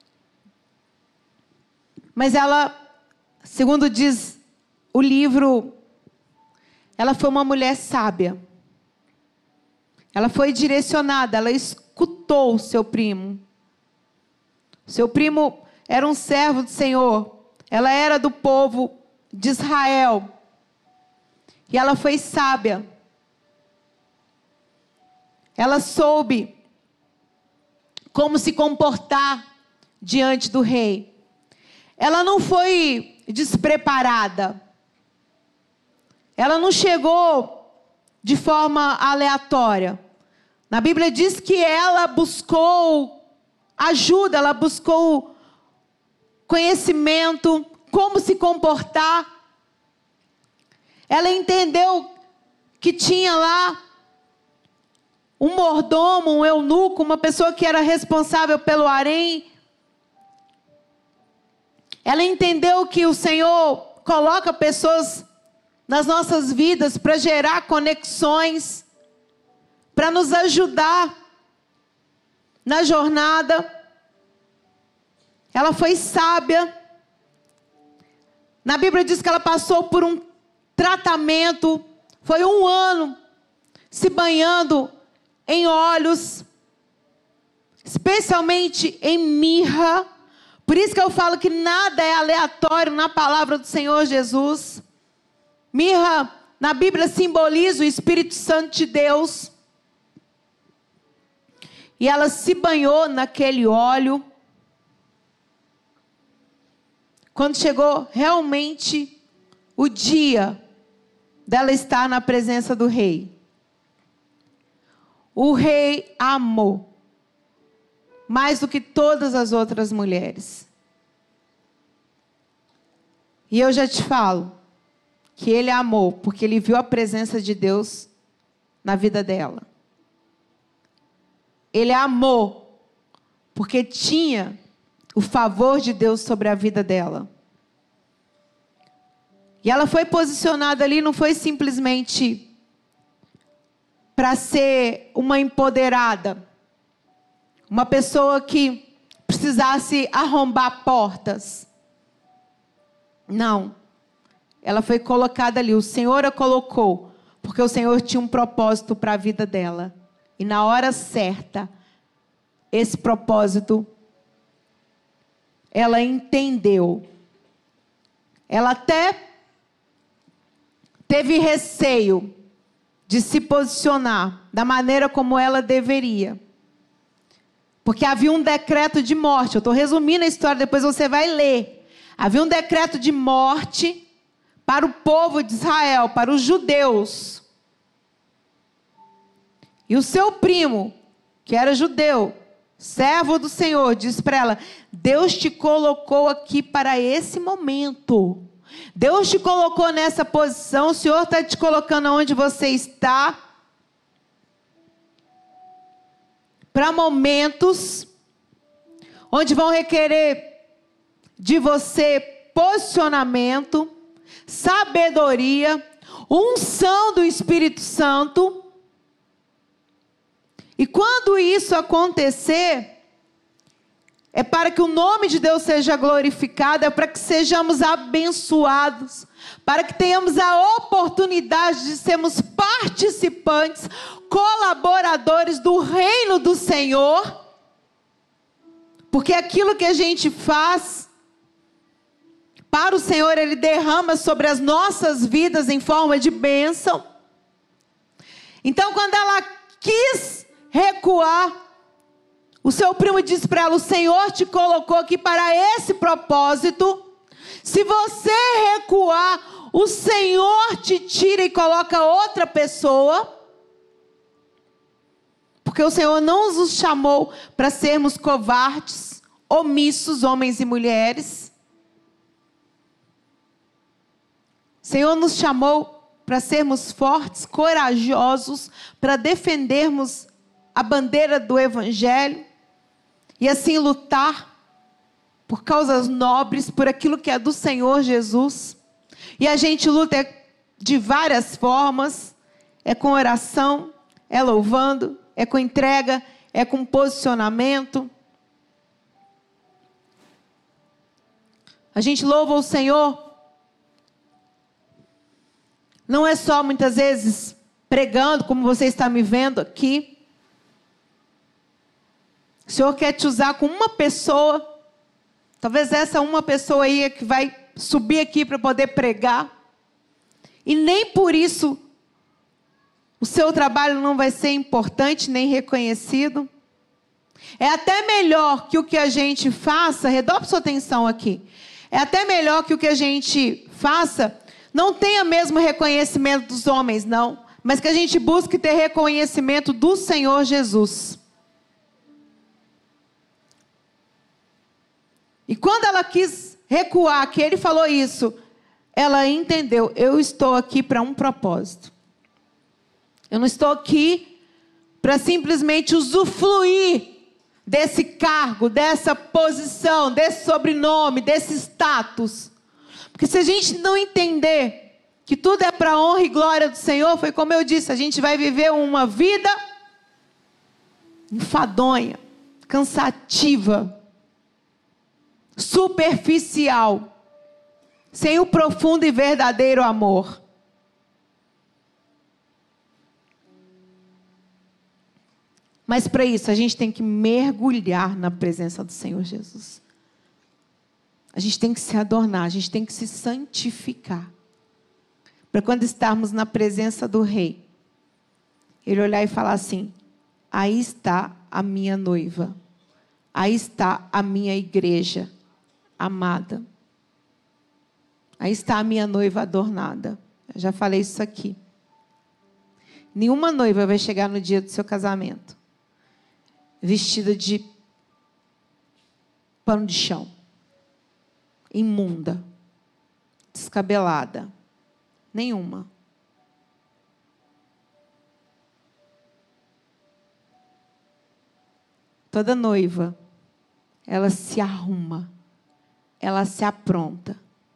Mas ela, segundo diz o livro, ela foi uma mulher sábia. Ela foi direcionada, ela escutou o seu primo. Seu primo era um servo do Senhor. Ela era do povo de Israel. E ela foi sábia. Ela soube como se comportar diante do rei. Ela não foi despreparada. Ela não chegou de forma aleatória. Na Bíblia diz que ela buscou ajuda, ela buscou conhecimento, como se comportar. Ela entendeu que tinha lá um mordomo, um eunuco, uma pessoa que era responsável pelo harém. Ela entendeu que o Senhor coloca pessoas nas nossas vidas para gerar conexões, para nos ajudar na jornada. Ela foi sábia. Na Bíblia diz que ela passou por um tratamento, foi um ano se banhando em óleos, especialmente em mirra. Por isso que eu falo que nada é aleatório na palavra do Senhor Jesus. Mirra, na Bíblia, simboliza o Espírito Santo de Deus. E ela se banhou naquele óleo. Quando chegou realmente o dia dela estar na presença do rei. O rei amou. mais do que todas as outras mulheres. E eu já te falo que ele a amou porque ele viu a presença de Deus na vida dela. Ele a amou porque tinha o favor de Deus sobre a vida dela. E ela foi posicionada ali, não foi simplesmente para ser uma empoderada, uma pessoa que precisasse arrombar portas. Não. Ela foi colocada ali, o Senhor a colocou, porque o Senhor tinha um propósito para a vida dela. E na hora certa, esse propósito, ela entendeu. Ela até teve receio de se posicionar da maneira como ela deveria. Porque havia um decreto de morte. Eu estou resumindo a história, depois você vai ler. Havia um decreto de morte para o povo de Israel, para os judeus. E o seu primo, que era judeu, servo do Senhor, disse para ela: Deus te colocou aqui para esse momento. Deus te colocou nessa posição, o Senhor está te colocando onde você está, para momentos onde vão requerer de você posicionamento, sabedoria, unção do Espírito Santo. E quando isso acontecer, é para que o nome de Deus seja glorificado, é para que sejamos abençoados, para que tenhamos a oportunidade de sermos participantes, colaboradores do reino do Senhor, porque aquilo que a gente faz para o Senhor, Ele derrama sobre as nossas vidas em forma de bênção. Então, quando ela quis recuar, o seu primo disse para ela: o Senhor te colocou aqui para esse propósito. Se você recuar, o Senhor te tira e coloca outra pessoa. Porque o Senhor não nos chamou para sermos covardes, omissos, homens e mulheres. O Senhor nos chamou para sermos fortes, corajosos, para defendermos a bandeira do Evangelho e assim lutar por causas nobres, por aquilo que é do Senhor Jesus. E a gente luta de várias formas: é com oração, é louvando, é com entrega, é com posicionamento. A gente louva o Senhor. Não é só muitas vezes pregando, como você está me vendo aqui. O Senhor quer te usar com uma pessoa. Talvez essa uma pessoa aí é que vai subir aqui para poder pregar. E nem por isso o seu trabalho não vai ser importante nem reconhecido. É até melhor que o que a gente faça, redobre sua atenção aqui. É até melhor que o que a gente faça não tenha mesmo reconhecimento dos homens, não. Mas que a gente busque ter reconhecimento do Senhor Jesus. E quando ela quis recuar, que ele falou isso, ela entendeu: eu estou aqui para um propósito. Eu não estou aqui para simplesmente usufruir desse cargo, dessa posição, desse sobrenome, desse status. Porque se a gente não entender que tudo é para a honra e glória do Senhor, foi como eu disse, a gente vai viver uma vida enfadonha, cansativa, superficial, sem o profundo e verdadeiro amor. Mas para isso a gente tem que mergulhar na presença do Senhor Jesus. A gente tem que se adornar, a gente tem que se santificar. Para quando estarmos na presença do Rei, Ele olhar e falar assim: aí está a minha noiva, aí está a minha igreja amada, aí está a minha noiva adornada. Eu já falei isso aqui. Nenhuma noiva vai chegar no dia do seu casamento vestida de pano de chão, imunda, descabelada. Nenhuma. Toda noiva, ela se arruma, ela se apronta,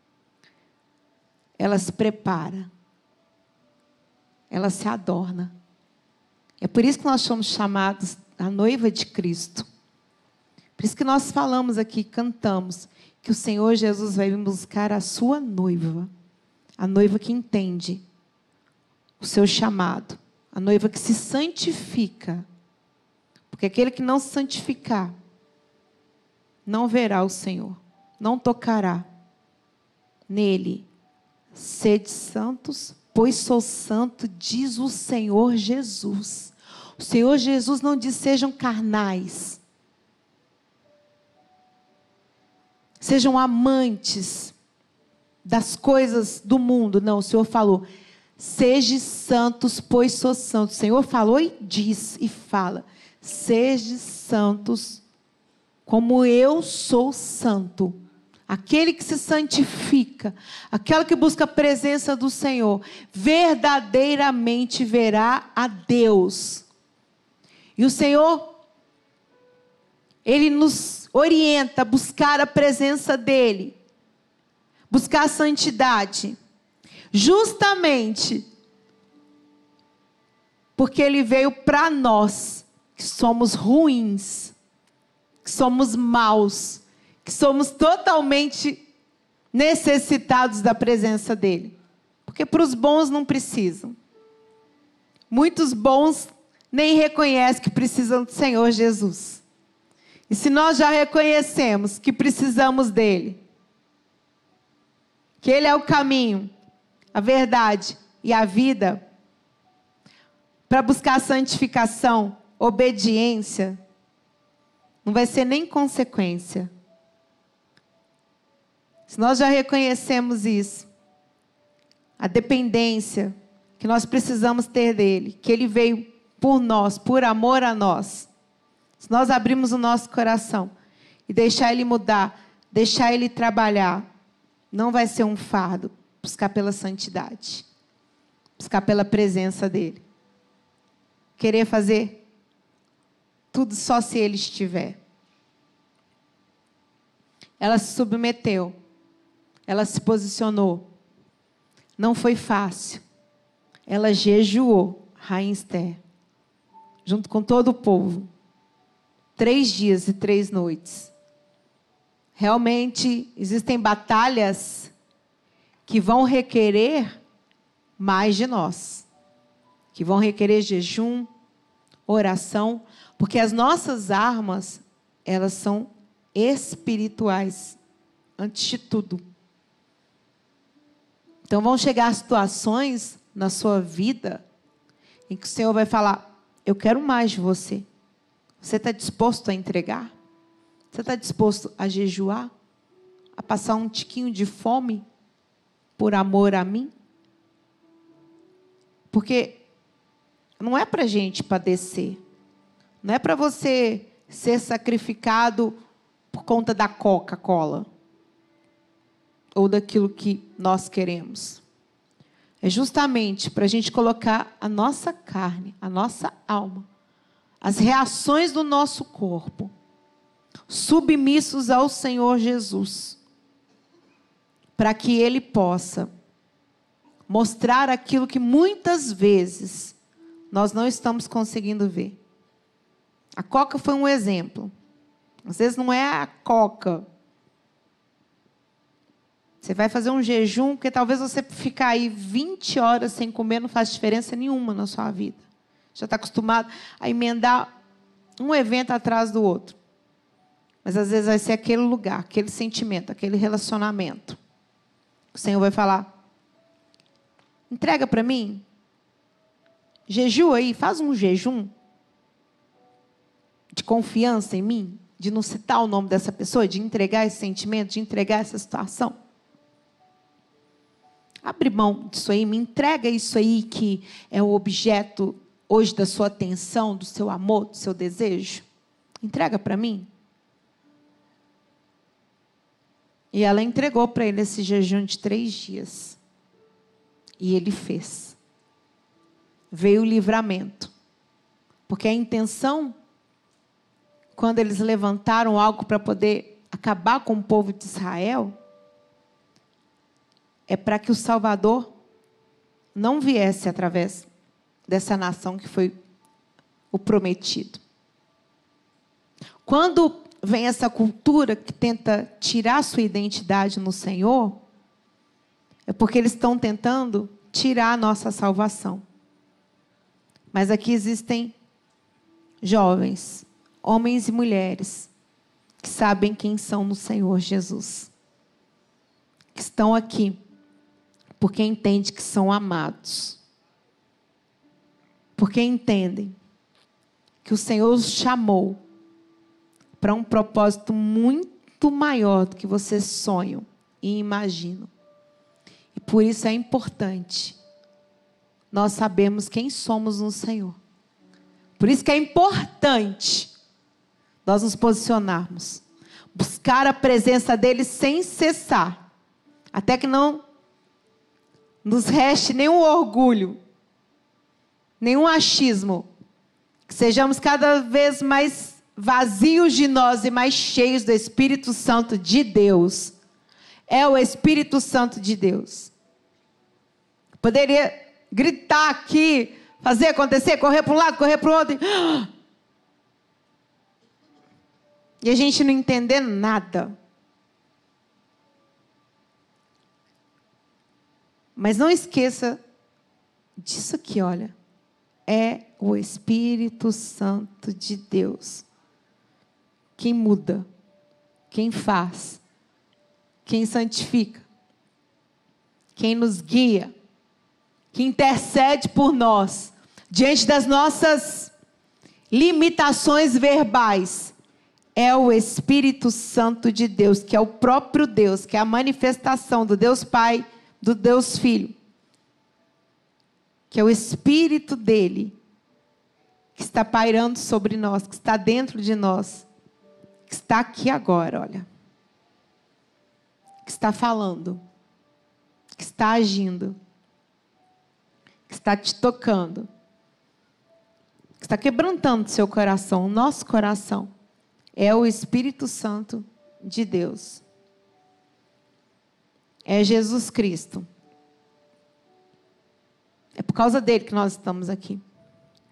ela se prepara, ela se adorna. É por isso que nós somos chamados a noiva de Cristo. Por isso que nós falamos aqui, cantamos, que o Senhor Jesus vai vir buscar a sua noiva, a noiva que entende o seu chamado, a noiva que se santifica. Porque aquele que não se santificar, não verá o Senhor, não tocará nele. Sede santos, pois sou santo, diz o Senhor Jesus. O Senhor Jesus não diz sejam carnais, sejam amantes das coisas do mundo. Não, o Senhor falou, sede santos, pois sou santo. O Senhor falou e diz e fala. Sede santos, como eu sou santo. Aquele que se santifica, aquele que busca a presença do Senhor, verdadeiramente verá a Deus. E o Senhor, Ele nos orienta a buscar a presença dEle, buscar a santidade, justamente porque Ele veio para nós, que somos ruins, que somos maus, que somos totalmente necessitados da presença dEle. Porque para os bons não precisam. Muitos bons nem reconhecem que precisam do Senhor Jesus. E se nós já reconhecemos que precisamos dEle, que Ele é o caminho, a verdade e a vida, para buscar a santificação, obediência, não vai ser nem consequência. Se nós já reconhecemos isso, a dependência que nós precisamos ter dEle, que Ele veio por nós, por amor a nós. Se nós abrirmos o nosso coração e deixar Ele mudar, deixar Ele trabalhar, não vai ser um fardo buscar pela santidade, buscar pela presença dEle. Querer fazer tudo só se Ele estiver. Ela se submeteu. Ela se posicionou. Não foi fácil. Ela jejuou, Rainha Esther, junto com todo o povo. Três dias e três noites. Realmente existem batalhas que vão requerer mais de nós. Que vão requerer jejum, oração, porque as nossas armas, elas são espirituais, antes de tudo. Então vão chegar situações na sua vida em que o Senhor vai falar, eu quero mais de você. Você está disposto a entregar? Você está disposto a jejuar? A passar um tiquinho de fome por amor a mim? Porque não é para a gente padecer. Não é para você ser sacrificado por conta da Coca-Cola. Ou daquilo que nós queremos. É justamente para a gente colocar a nossa carne, a nossa alma, as reações do nosso corpo, submissos ao Senhor Jesus, para que Ele possa mostrar aquilo que muitas vezes nós não estamos conseguindo ver. A Coca foi um exemplo. Às vezes não é a Coca. Você vai fazer um jejum, porque talvez você ficar aí vinte horas sem comer não faz diferença nenhuma na sua vida. Já está acostumado a emendar um evento atrás do outro. Mas às vezes vai ser aquele lugar, aquele sentimento, aquele relacionamento. O Senhor vai falar, entrega para mim. Jejua aí, faz um jejum de confiança em mim, de não citar o nome dessa pessoa, de entregar esse sentimento, de entregar essa situação. Abre mão disso aí, me entrega isso aí que é o objeto hoje da sua atenção, do seu amor, do seu desejo. Entrega para mim. E ela entregou para ele esse jejum de três dias. E ele fez. Veio o livramento. Porque a intenção, quando eles levantaram algo para poder acabar com o povo de Israel, é para que o Salvador não viesse através dessa nação que foi o prometido. Quando vem essa cultura que tenta tirar sua identidade no Senhor, é porque eles estão tentando tirar a nossa salvação. Mas aqui existem jovens, homens e mulheres, que sabem quem são no Senhor Jesus. Que estão aqui porque entendem que são amados. Porque entendem que o Senhor os chamou para um propósito muito maior do que vocês sonham e imaginam. E por isso é importante nós sabermos quem somos no Senhor. Por isso que é importante nós nos posicionarmos. Buscar a presença dEle sem cessar. Até que não nos reste nenhum orgulho, nenhum achismo. Que sejamos cada vez mais vazios de nós e mais cheios do Espírito Santo de Deus. É o Espírito Santo de Deus. Poderia gritar aqui, fazer acontecer, correr para um lado, correr para o outro. E a gente não entender nada. Mas não esqueça disso aqui, olha. É o Espírito Santo de Deus. Quem muda, quem faz, quem santifica, quem nos guia, que intercede por nós, diante das nossas limitações verbais, é o Espírito Santo de Deus, que é o próprio Deus, que é a manifestação do Deus Pai, do Deus Filho, que é o Espírito dele, que está pairando sobre nós, que está dentro de nós, que está aqui agora, olha, que está falando, que está agindo, que está te tocando, que está quebrantando seu coração, o nosso coração, é o Espírito Santo de Deus. É Jesus Cristo. É por causa dele que nós estamos aqui.